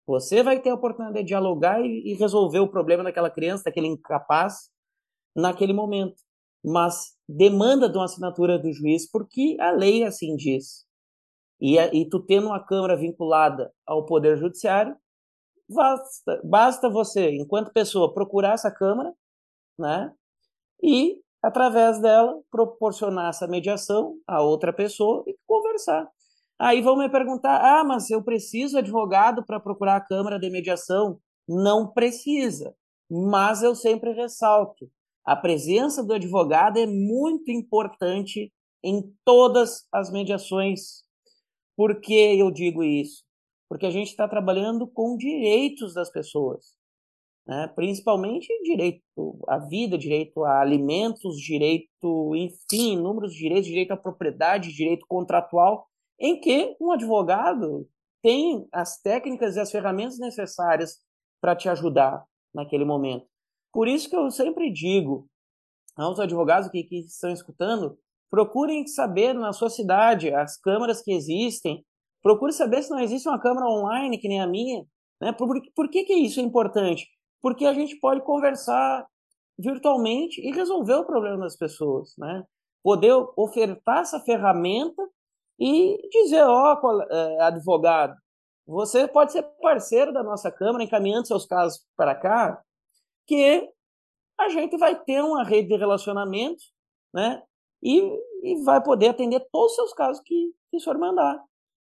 Speaker 2: Você vai ter a oportunidade de dialogar e, e resolver o problema daquela criança, daquele incapaz, naquele momento. Mas demanda de uma assinatura do juiz, porque a lei assim diz. E, e tu tendo uma Câmara vinculada ao Poder Judiciário, basta, basta você, enquanto pessoa, procurar essa Câmara, né? E, através dela, proporcionar essa mediação a outra pessoa e conversar. Aí vão me perguntar, ah, mas eu preciso de advogado para procurar a Câmara de Mediação? Não precisa, mas eu sempre ressalto, a presença do advogado é muito importante em todas as mediações. Por que eu digo isso? Porque a gente está trabalhando com direitos das pessoas, né? Principalmente direito à vida, direito a alimentos, direito, enfim, inúmeros direitos, direito à propriedade, direito contratual, em que um advogado tem as técnicas e as ferramentas necessárias para te ajudar naquele momento. Por isso que eu sempre digo aos advogados que, que estão escutando, procurem saber na sua cidade as câmaras que existem, procure saber se não existe uma câmara online que nem a minha, né? Por, por que, que isso é importante? Porque a gente pode conversar virtualmente e resolver o problema das pessoas, né? Poder ofertar essa ferramenta e dizer, ó, oh, advogado, você pode ser parceiro da nossa Câmara, encaminhando seus casos para cá, que a gente vai ter uma rede de relacionamento, né? E, e vai poder atender todos os seus casos que, que o senhor mandar.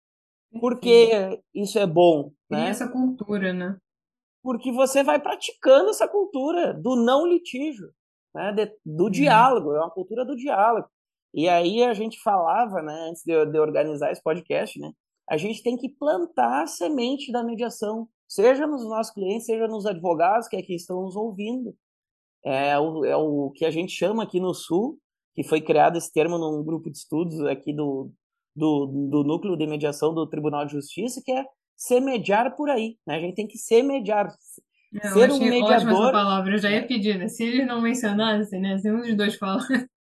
Speaker 2: Por que isso é bom,
Speaker 1: Cria
Speaker 2: né?
Speaker 1: essa cultura, né?
Speaker 2: Porque você vai praticando essa cultura do não litígio, né? De, do
Speaker 1: Hum.
Speaker 2: diálogo, é uma cultura do diálogo. E aí a gente falava, né, antes de, de organizar esse podcast, né? A gente tem que plantar a semente da mediação, seja nos nossos clientes, seja nos advogados que aqui estão nos ouvindo. É o, é o que a gente chama aqui no Sul, que foi criado esse termo num grupo de estudos aqui do, do, do Núcleo de Mediação do Tribunal de Justiça, que é ser mediar por aí, né? A gente tem que ser mediar,
Speaker 1: É, eu
Speaker 2: ser um
Speaker 1: achei ótima essa
Speaker 2: mediador,
Speaker 1: palavra. Eu já ia
Speaker 2: né?
Speaker 1: pedir, né? Se eles não mencionassem, né? Se um dos dois falar,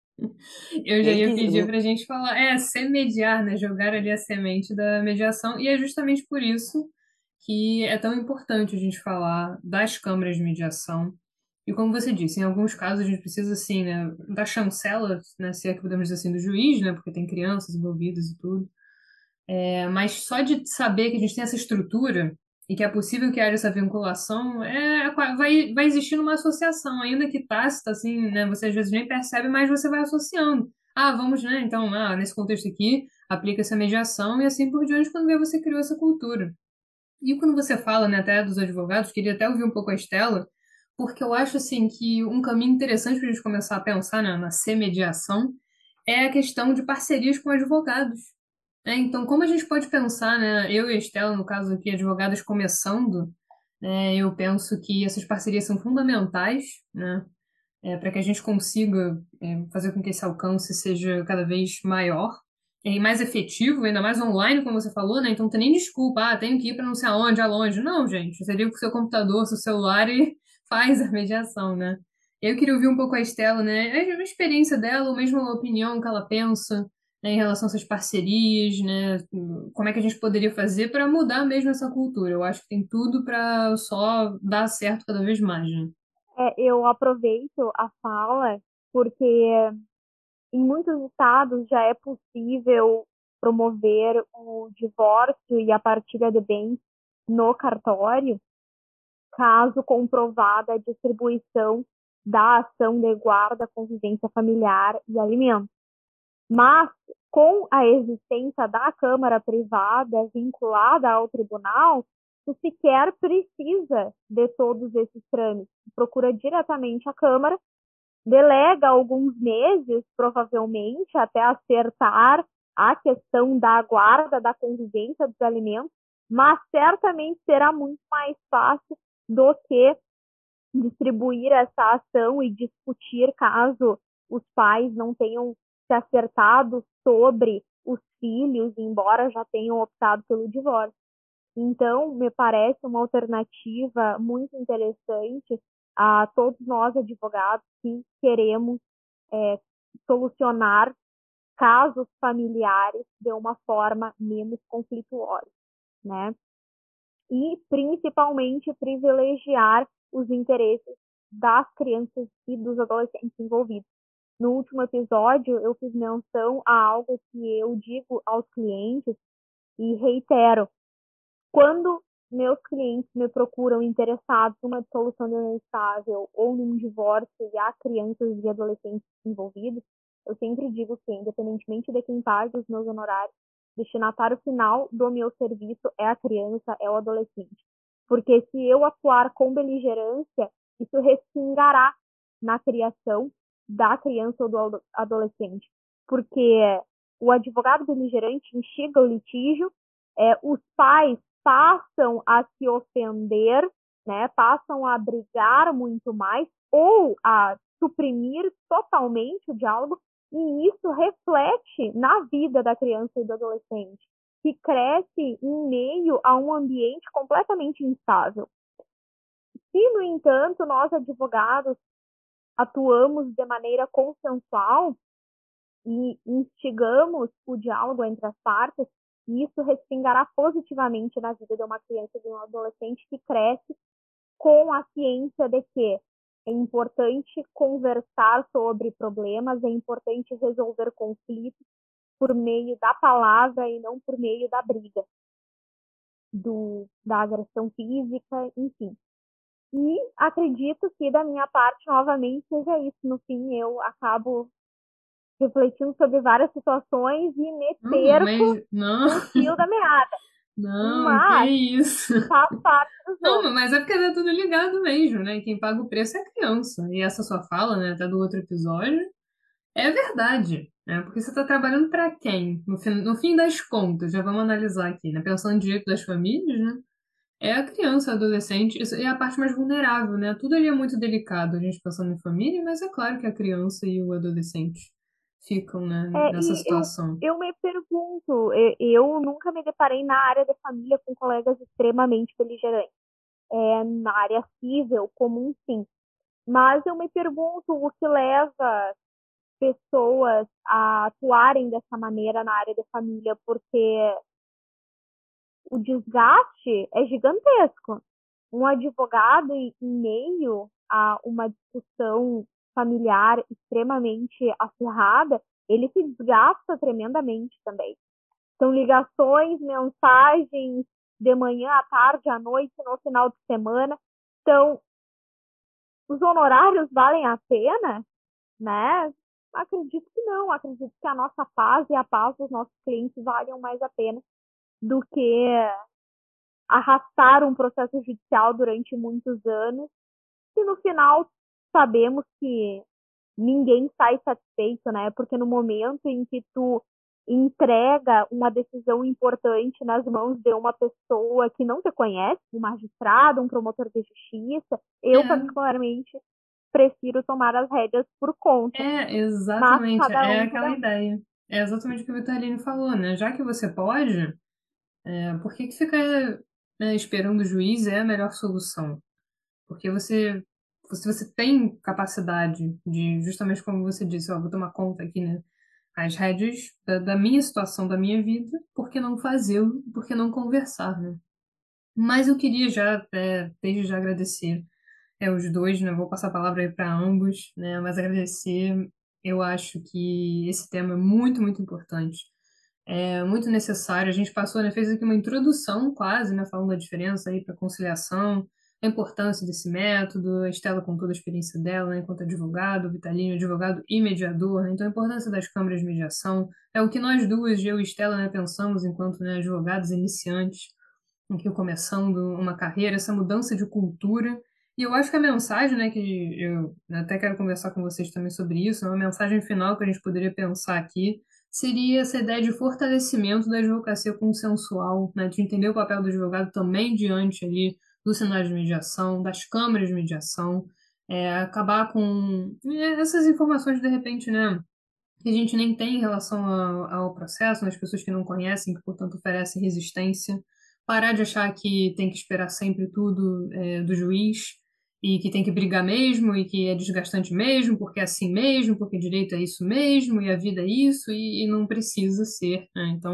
Speaker 1: eu já
Speaker 2: Tem
Speaker 1: ia
Speaker 2: que,
Speaker 1: pedir pra gente falar, é, ser mediar, né? Jogar ali a semente da mediação. E é justamente por isso que é tão importante a gente falar das câmaras de mediação. E como você disse, em alguns casos a gente precisa, assim, né, da chancela, né, se é que podemos dizer assim, do juiz, né, porque tem crianças envolvidas e tudo. É, mas só de saber que a gente tem essa estrutura e que é possível que haja essa vinculação, é, vai, vai existir uma associação, ainda que tácita, assim, né, você às vezes nem percebe, mas você vai associando. Ah, vamos, né, então, ah, nesse contexto aqui, aplica essa mediação e assim por diante, quando vê, você criou essa cultura. E quando você fala, né, até dos advogados, queria até ouvir um pouco a Estela, porque eu acho, assim, que um caminho interessante para a gente começar a pensar, né, na C-mediação é a questão de parcerias com advogados. Né? Então, como a gente pode pensar, né, eu e a Estela, no caso aqui, advogadas começando, né, eu penso que essas parcerias são fundamentais, né, é, para que a gente consiga é, fazer com que esse alcance seja cada vez maior e mais efetivo, ainda mais online, como você falou, né? Então não tem nem desculpa, ah, tenho que ir para não sei aonde, aonde. Não, gente, você liga com o seu computador, seu celular e faz a mediação, né? Eu queria ouvir um pouco a Estela, né? A experiência dela, ou mesmo a opinião que ela pensa, né, em relação a essas parcerias, né? Como é que a gente poderia fazer para mudar mesmo essa cultura? Eu acho que tem tudo para só dar certo cada vez mais, né?
Speaker 3: É, eu aproveito a fala porque em muitos estados já é possível promover o divórcio e a partilha de bens no cartório, caso comprovada a distribuição da ação de guarda, convivência familiar e alimentos. Mas, com a existência da Câmara Privada vinculada ao tribunal, tu sequer precisa de todos esses trâmites. Procura diretamente a Câmara, delega alguns meses, provavelmente, até acertar a questão da guarda, da convivência dos alimentos, mas certamente será muito mais fácil do que distribuir essa ação e discutir caso os pais não tenham se acertado sobre os filhos, embora já tenham optado pelo divórcio. Então, me parece uma alternativa muito interessante a todos nós advogados que queremos é, solucionar casos familiares de uma forma menos conflituosa, né? e, principalmente, privilegiar os interesses das crianças e dos adolescentes envolvidos. No último episódio, eu fiz menção a algo que eu digo aos clientes e reitero. Quando meus clientes me procuram interessados numa dissolução de união estável ou num divórcio e há crianças e adolescentes envolvidos, eu sempre digo que, independentemente de quem pague os meus honorários, o destinatário final do meu serviço é a criança, é o adolescente. Porque se eu atuar com beligerância, isso respingará na criação da criança ou do adolescente. Porque o advogado beligerante instiga o litígio, é, os pais passam a se ofender, né, passam a brigar muito mais ou a suprimir totalmente o diálogo, e isso reflete na vida da criança e do adolescente, que cresce em meio a um ambiente completamente instável. Se, no entanto, nós advogados atuamos de maneira consensual e instigamos o diálogo entre as partes, isso respingará positivamente na vida de uma criança e de um adolescente que cresce com a ciência de que é importante conversar sobre problemas, é importante resolver conflitos por meio da palavra e não por meio da briga, do, da agressão física, enfim. E acredito que, da minha parte, novamente, seja isso. No fim, eu acabo refletindo sobre várias situações e me
Speaker 1: Não,
Speaker 3: perco
Speaker 1: mas não,
Speaker 3: no fio da meada.
Speaker 1: não, que
Speaker 3: Mas
Speaker 1: isso.
Speaker 3: faz parte do
Speaker 1: Não,
Speaker 3: jogo.
Speaker 1: mas é porque tá tudo ligado mesmo, né? Quem paga o preço é a criança. E essa sua fala, né, até do outro episódio, é verdade, né? Porque você tá trabalhando para quem? No fim, no fim das contas, já vamos analisar aqui, né? Pensando no direito das famílias, né? É a criança, a adolescente, isso é a parte mais vulnerável, né? Tudo ali é muito delicado, a gente pensando em família, mas é claro que a criança e o adolescente ficam, né,
Speaker 3: É,
Speaker 1: nessa
Speaker 3: e eu,
Speaker 1: situação.
Speaker 3: eu me pergunto, eu, eu nunca me deparei na área da família com colegas extremamente beligerantes. É, na área civil, comum, sim. Mas eu me pergunto o que leva pessoas a atuarem dessa maneira na área da família, porque o desgaste é gigantesco. Um advogado em meio a uma discussão familiar extremamente acirrada, ele se desgasta tremendamente também. São ligações, mensagens de manhã à tarde, à noite, no final de semana. Então, os honorários valem a pena, né? Acredito que não. Acredito que a nossa paz e a paz dos nossos clientes valham mais a pena do que arrastar um processo judicial durante muitos anos, e no final sabemos que ninguém sai satisfeito, né? Porque no momento em que tu entrega uma decisão importante nas mãos de uma pessoa que não te conhece, um magistrado, um promotor de justiça, eu
Speaker 1: É,
Speaker 3: particularmente prefiro tomar as rédeas por conta.
Speaker 1: é,
Speaker 3: Mas
Speaker 1: exatamente,
Speaker 3: cada
Speaker 1: é
Speaker 3: um,
Speaker 1: aquela
Speaker 3: cada um.
Speaker 1: ideia. É exatamente o que o Vitalino falou, né? Já que você pode, é, por que que ficar, né, esperando o juiz é a melhor solução? Porque você, se você tem capacidade de, justamente como você disse, ó, vou tomar conta aqui, né? As rédeas da, da minha situação, da minha vida, por que não fazê-lo? Por que não conversar, né? Mas eu queria já, é, desde já agradecer é, os dois, né? Vou passar a palavra aí para ambos, né? Mas agradecer, eu acho que esse tema é muito, muito importante. É muito necessário. A gente passou, né, fez aqui uma introdução quase, né, falando da diferença aí para conciliação, a importância desse método, a Estela com toda a experiência dela, né, enquanto advogado, o Vitalino, advogado e mediador, né, então a importância das câmaras de mediação é o que nós duas, eu e Estela, né, pensamos enquanto, né, advogados iniciantes, aqui começando uma carreira, essa mudança de cultura. E eu acho que a mensagem, né, que eu até quero conversar com vocês também sobre isso, uma mensagem final que a gente poderia pensar aqui, seria essa ideia de fortalecimento da advocacia consensual, né, de entender o papel do advogado também diante ali do cenário de mediação, das câmaras de mediação, é, acabar com é, essas informações, de repente, né, que a gente nem tem em relação ao, ao processo, nas pessoas que não conhecem, que, portanto, oferecem resistência, parar de achar que tem que esperar sempre tudo é, do juiz e que tem que brigar mesmo e que é desgastante mesmo, porque é assim mesmo, porque direito é isso mesmo e a vida é isso e, e não precisa ser, né? Então,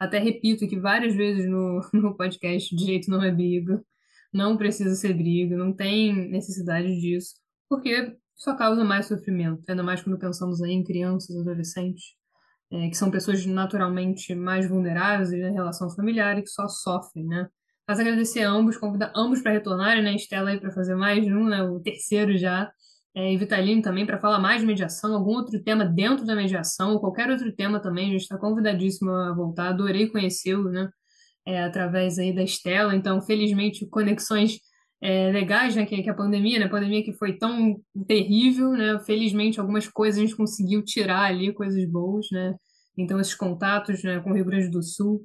Speaker 1: Até repito aqui várias vezes no, no podcast, direito não é briga, não precisa ser briga, não tem necessidade disso, porque só causa mais sofrimento, ainda mais quando pensamos aí em crianças, adolescentes, é, que são pessoas naturalmente mais vulneráveis na relação familiar e que só sofrem, né? Mas agradecer a ambos, convidar ambos para retornarem, né? Estela aí para fazer mais um, né? O terceiro já. É, e Vitalino também para falar mais de mediação, algum outro tema dentro da mediação, ou qualquer outro tema também, a gente está convidadíssimo a voltar. Adorei conhecê-lo, né? É, através aí da Estela. Então, felizmente, conexões é, legais, né? Que, que a pandemia, né? A pandemia que foi tão terrível, né? Felizmente, algumas coisas a gente conseguiu tirar ali, coisas boas, né? Então, esses contatos, né, com o Rio Grande do Sul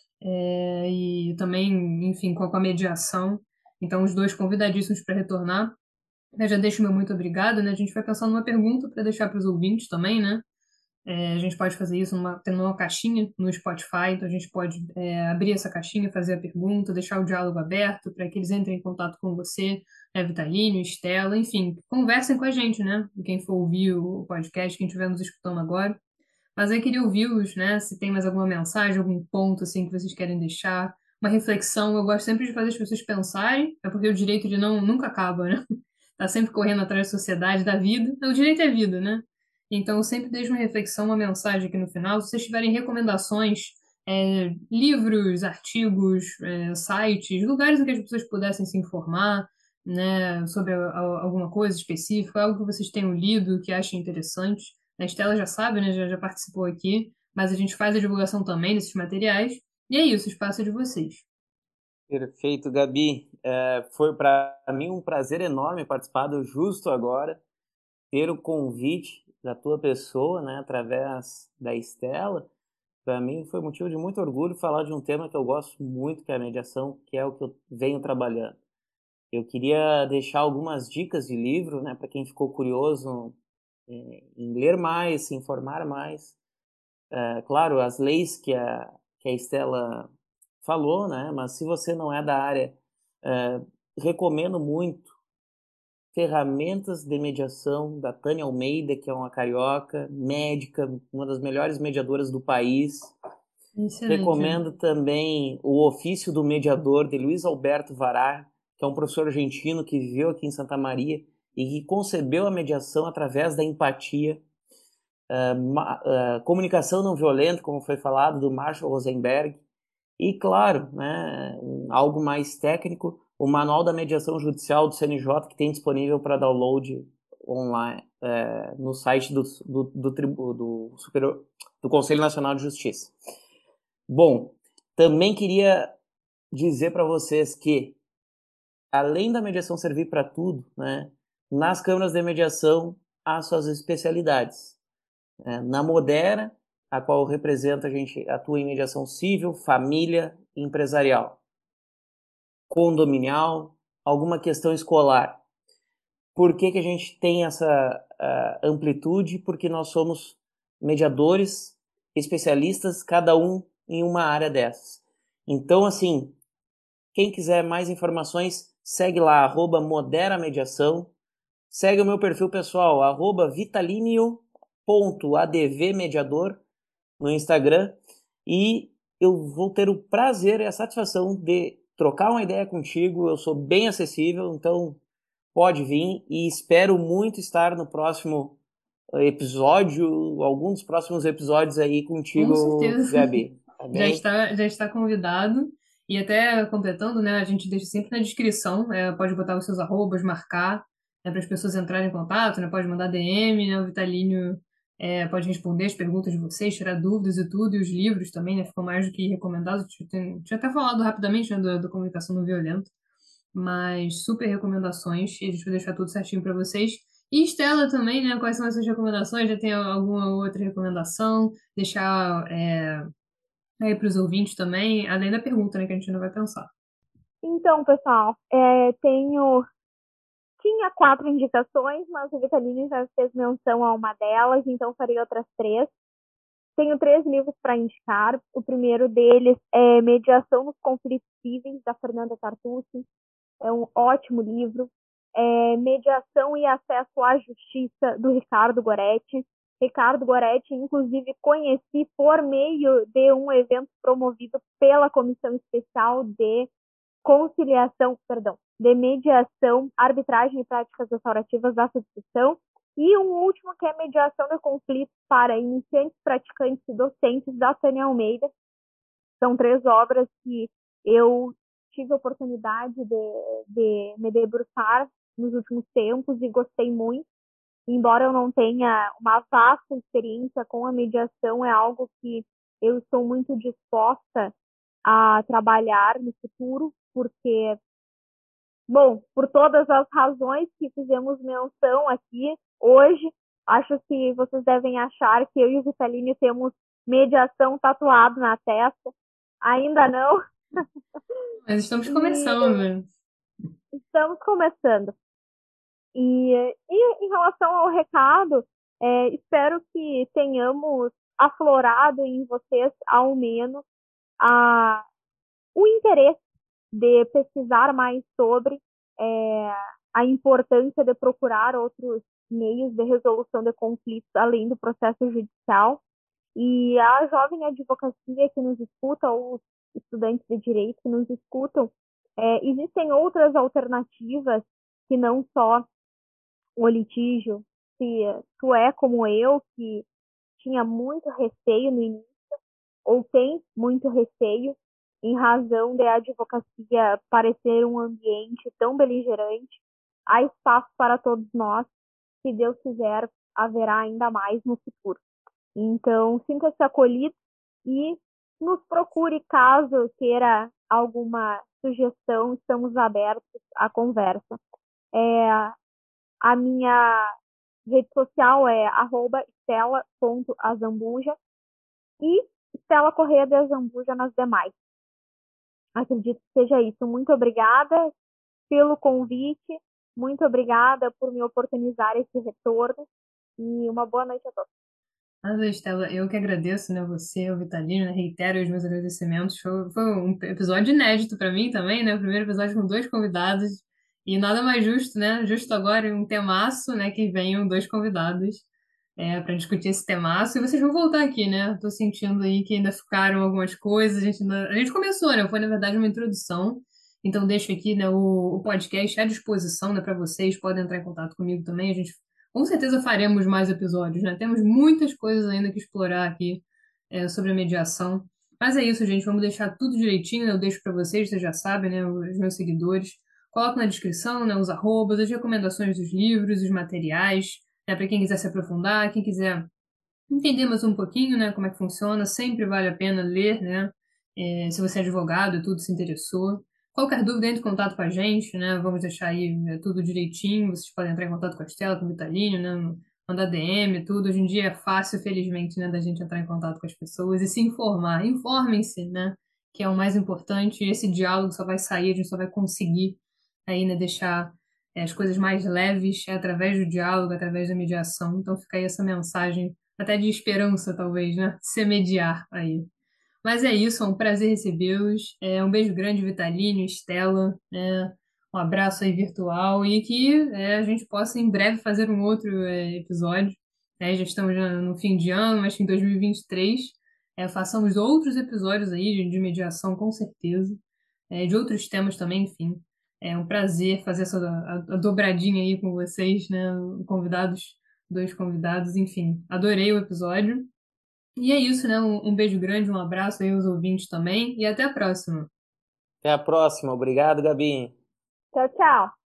Speaker 1: é, e também, enfim, com a, com a mediação. Então, os dois convidadíssimos para retornar. Eu já deixo o meu muito obrigada, né? A gente vai pensar numa pergunta para deixar para os ouvintes também, né? É, a gente pode fazer isso numa, tendo uma caixinha no Spotify, então a gente pode é, abrir essa caixinha, fazer a pergunta, deixar o diálogo aberto para que eles entrem em contato com você, né, Vitalínio, Estela, enfim, conversem com a gente, né? Quem for ouvir o podcast, quem estiver nos escutando agora. Mas eu queria ouvi-los, né? Se tem mais alguma mensagem, algum ponto assim que vocês querem deixar, uma reflexão. Eu gosto sempre de fazer as pessoas pensarem, é porque o direito de não nunca acaba, né? Tá sempre correndo atrás da sociedade, da vida. O direito é vida, né? Então, eu sempre deixo uma reflexão, uma mensagem aqui no final. Se vocês tiverem recomendações, é, livros, artigos, é, sites, lugares em que as pessoas pudessem se informar, né, sobre a- a- alguma coisa específica, algo que vocês tenham lido, que achem interessante. A Estela já sabe, né, já, já participou aqui, mas a gente faz a divulgação também desses materiais. E é isso, o espaço é de vocês.
Speaker 2: Perfeito, Gabi. É, foi para mim um prazer enorme participar do Justo Agora, ter o convite da tua pessoa, né, através da Estela. Para mim foi motivo de muito orgulho falar de um tema que eu gosto muito, que é a mediação, que é o que eu venho trabalhando. Eu queria deixar algumas dicas de livro, né, para quem ficou curioso é, em ler mais, se informar mais. É, claro, as leis que a, que a Estela falou, né, mas se você não é da área, é, recomendo muito Ferramentas de Mediação, da Tânia Almeida, que é uma carioca, médica, uma das melhores mediadoras do país.
Speaker 1: Excelente.
Speaker 2: Recomendo também O Ofício do Mediador, de Luiz Alberto Varar, que é um professor argentino que viveu aqui em Santa Maria e que concebeu a mediação através da empatia. Uh, ma, uh, Comunicação Não Violenta, como foi falado, do Marshall Rosenberg. E, claro, né, um, algo mais técnico, o Manual da Mediação Judicial do C N J, que tem disponível para download online é, no site do, do, do, do, Superior, do Conselho Nacional de Justiça. Bom, também queria dizer para vocês que, além da mediação servir para tudo, né, nas câmaras de mediação há suas especialidades. É, na Modera, a qual representa, a gente atua em mediação civil, família e empresarial, condominial, alguma questão escolar. Por que que a gente tem essa uh, amplitude? Porque nós somos mediadores, especialistas, cada um em uma área dessas. Então, assim, quem quiser mais informações, segue lá, arroba Modera Mediação. Segue o meu perfil pessoal, arroba vitalinio ponto advmediador no Instagram. E eu vou ter o prazer e a satisfação de trocar uma ideia contigo. Eu sou bem acessível, então pode vir. E espero muito estar no próximo episódio, algum dos próximos episódios aí
Speaker 1: Com
Speaker 2: contigo,
Speaker 1: certeza.
Speaker 2: Gabi. Tá
Speaker 1: Já
Speaker 2: bem?
Speaker 1: está, já está convidado. E até completando, né? A gente deixa sempre na descrição. É, pode botar os seus arrobas, marcar, né, para as pessoas entrarem em contato, né? Pode mandar D M, né? O Vitalínio é, pode responder as perguntas de vocês, tirar dúvidas e tudo. E os livros também, né? Ficam mais do que recomendados. Tinha, tinha até falado rapidamente, né, da, da comunicação não violenta. Mas super recomendações. E a gente vai deixar tudo certinho para vocês. E Estela também, né? Quais são as suas recomendações? Já tem alguma outra recomendação? Deixar é, aí para os ouvintes também, além da pergunta, né, que a gente ainda vai pensar.
Speaker 3: Então, pessoal, é, tenho tinha quatro indicações, mas o Vitalino já fez menção a uma delas, então farei outras três. Tenho três livros para indicar. O primeiro deles é Mediação nos Conflitos Cíveis, da Fernanda Tartucci. É um ótimo livro. É Mediação e Acesso à Justiça, do Ricardo Goretti. Ricardo Goretti, inclusive conheci por meio de um evento promovido pela Comissão Especial de Conciliação, perdão, de Mediação, Arbitragem e Práticas Restaurativas da Associação, e um último que é Mediação de Conflitos para Iniciantes, Praticantes e Docentes, da Tânia Almeida. São três obras que eu tive a oportunidade de, de me debruçar nos últimos tempos e gostei muito. Embora eu não tenha uma vasta experiência com a mediação, é algo que eu estou muito disposta a trabalhar no futuro, porque, bom, por todas as razões que fizemos menção aqui hoje, acho que vocês devem achar que eu e o Vitalini temos mediação tatuado na testa. Ainda não.
Speaker 1: Mas estamos
Speaker 3: E
Speaker 1: começando.
Speaker 3: estamos começando. E, e em relação ao recado, é, espero que tenhamos aflorado em vocês, ao menos, a, o interesse de pesquisar mais sobre é, a importância de procurar outros meios de resolução de conflitos além do processo judicial. E a jovem advocacia que nos escuta, ou os estudantes de direito que nos escutam, é, existem outras alternativas que não só o litígio. Se tu é como eu, que tinha muito receio no início, ou tem muito receio, em razão da advocacia parecer um ambiente tão beligerante, há espaço para todos nós. Se Deus quiser, haverá ainda mais no futuro. Então, sinta-se acolhido e nos procure caso queira alguma sugestão, estamos abertos à conversa. É, a minha rede social é arroba estela ponto azambuja e Estela Correia de Azambuja nas demais. Acredito que seja isso. Muito obrigada pelo convite, muito obrigada por me oportunizar esse retorno e uma boa noite a todos.
Speaker 1: Mas, Estela, eu que agradeço, né, você, o Vitalino, né, reitero os meus agradecimentos. Foi, foi um episódio inédito para mim também, né? O primeiro episódio com dois convidados. E nada mais justo, né? Justo agora, um temaço, né? Que venham dois convidados é, para discutir esse temaço. E vocês vão voltar aqui, né? Tô sentindo aí que ainda ficaram algumas coisas. A gente, ainda- a gente começou, né? Foi, na verdade, uma introdução. Então, deixo aqui, né, o, o podcast à disposição, né, para vocês. Podem entrar em contato comigo também. A gente com certeza faremos mais episódios, né? Temos muitas coisas ainda que explorar aqui é, sobre a mediação. Mas é isso, gente. Vamos deixar tudo direitinho, né? Eu deixo para vocês, vocês já sabem, né? Os meus seguidores. Coloco na descrição, né? Os arrobas, as recomendações dos livros, os materiais, né? Para quem quiser se aprofundar, quem quiser entender mais um pouquinho, né? Como é que funciona. Sempre vale a pena ler, né? É, se você é advogado e tudo se interessou. Qualquer dúvida, entre em contato com a gente, né? Vamos deixar aí né, tudo direitinho. Vocês podem entrar em contato com a Estela, com o Vitalino, né? Mandar D M, tudo. Hoje em dia é fácil, felizmente, né? Da gente entrar em contato com as pessoas e se informar. Informem-se, né? Que é o mais importante. E esse diálogo só vai sair, a gente só vai conseguir aí, né? Deixar é, as coisas mais leves é através do diálogo, através da mediação. Então fica aí essa mensagem, até de esperança, talvez, né? Se mediar aí. Mas é isso, é um prazer recebê-los. É, um beijo grande, Vitalino, Estela, né? Um abraço aí virtual e que é, a gente possa em breve fazer um outro é, episódio. Né? Já estamos já no fim de ano, mas que em dois mil e vinte e três é, façamos outros episódios aí de, de mediação, com certeza. É, de outros temas também, enfim. É um prazer fazer essa a, a dobradinha aí com vocês, né? Convidados, dois convidados, enfim. Adorei o episódio. E é isso, né? Um, um beijo grande, um abraço aí aos ouvintes também e até a próxima.
Speaker 2: Até a próxima. Obrigado, Gabi.
Speaker 3: Tchau, tchau.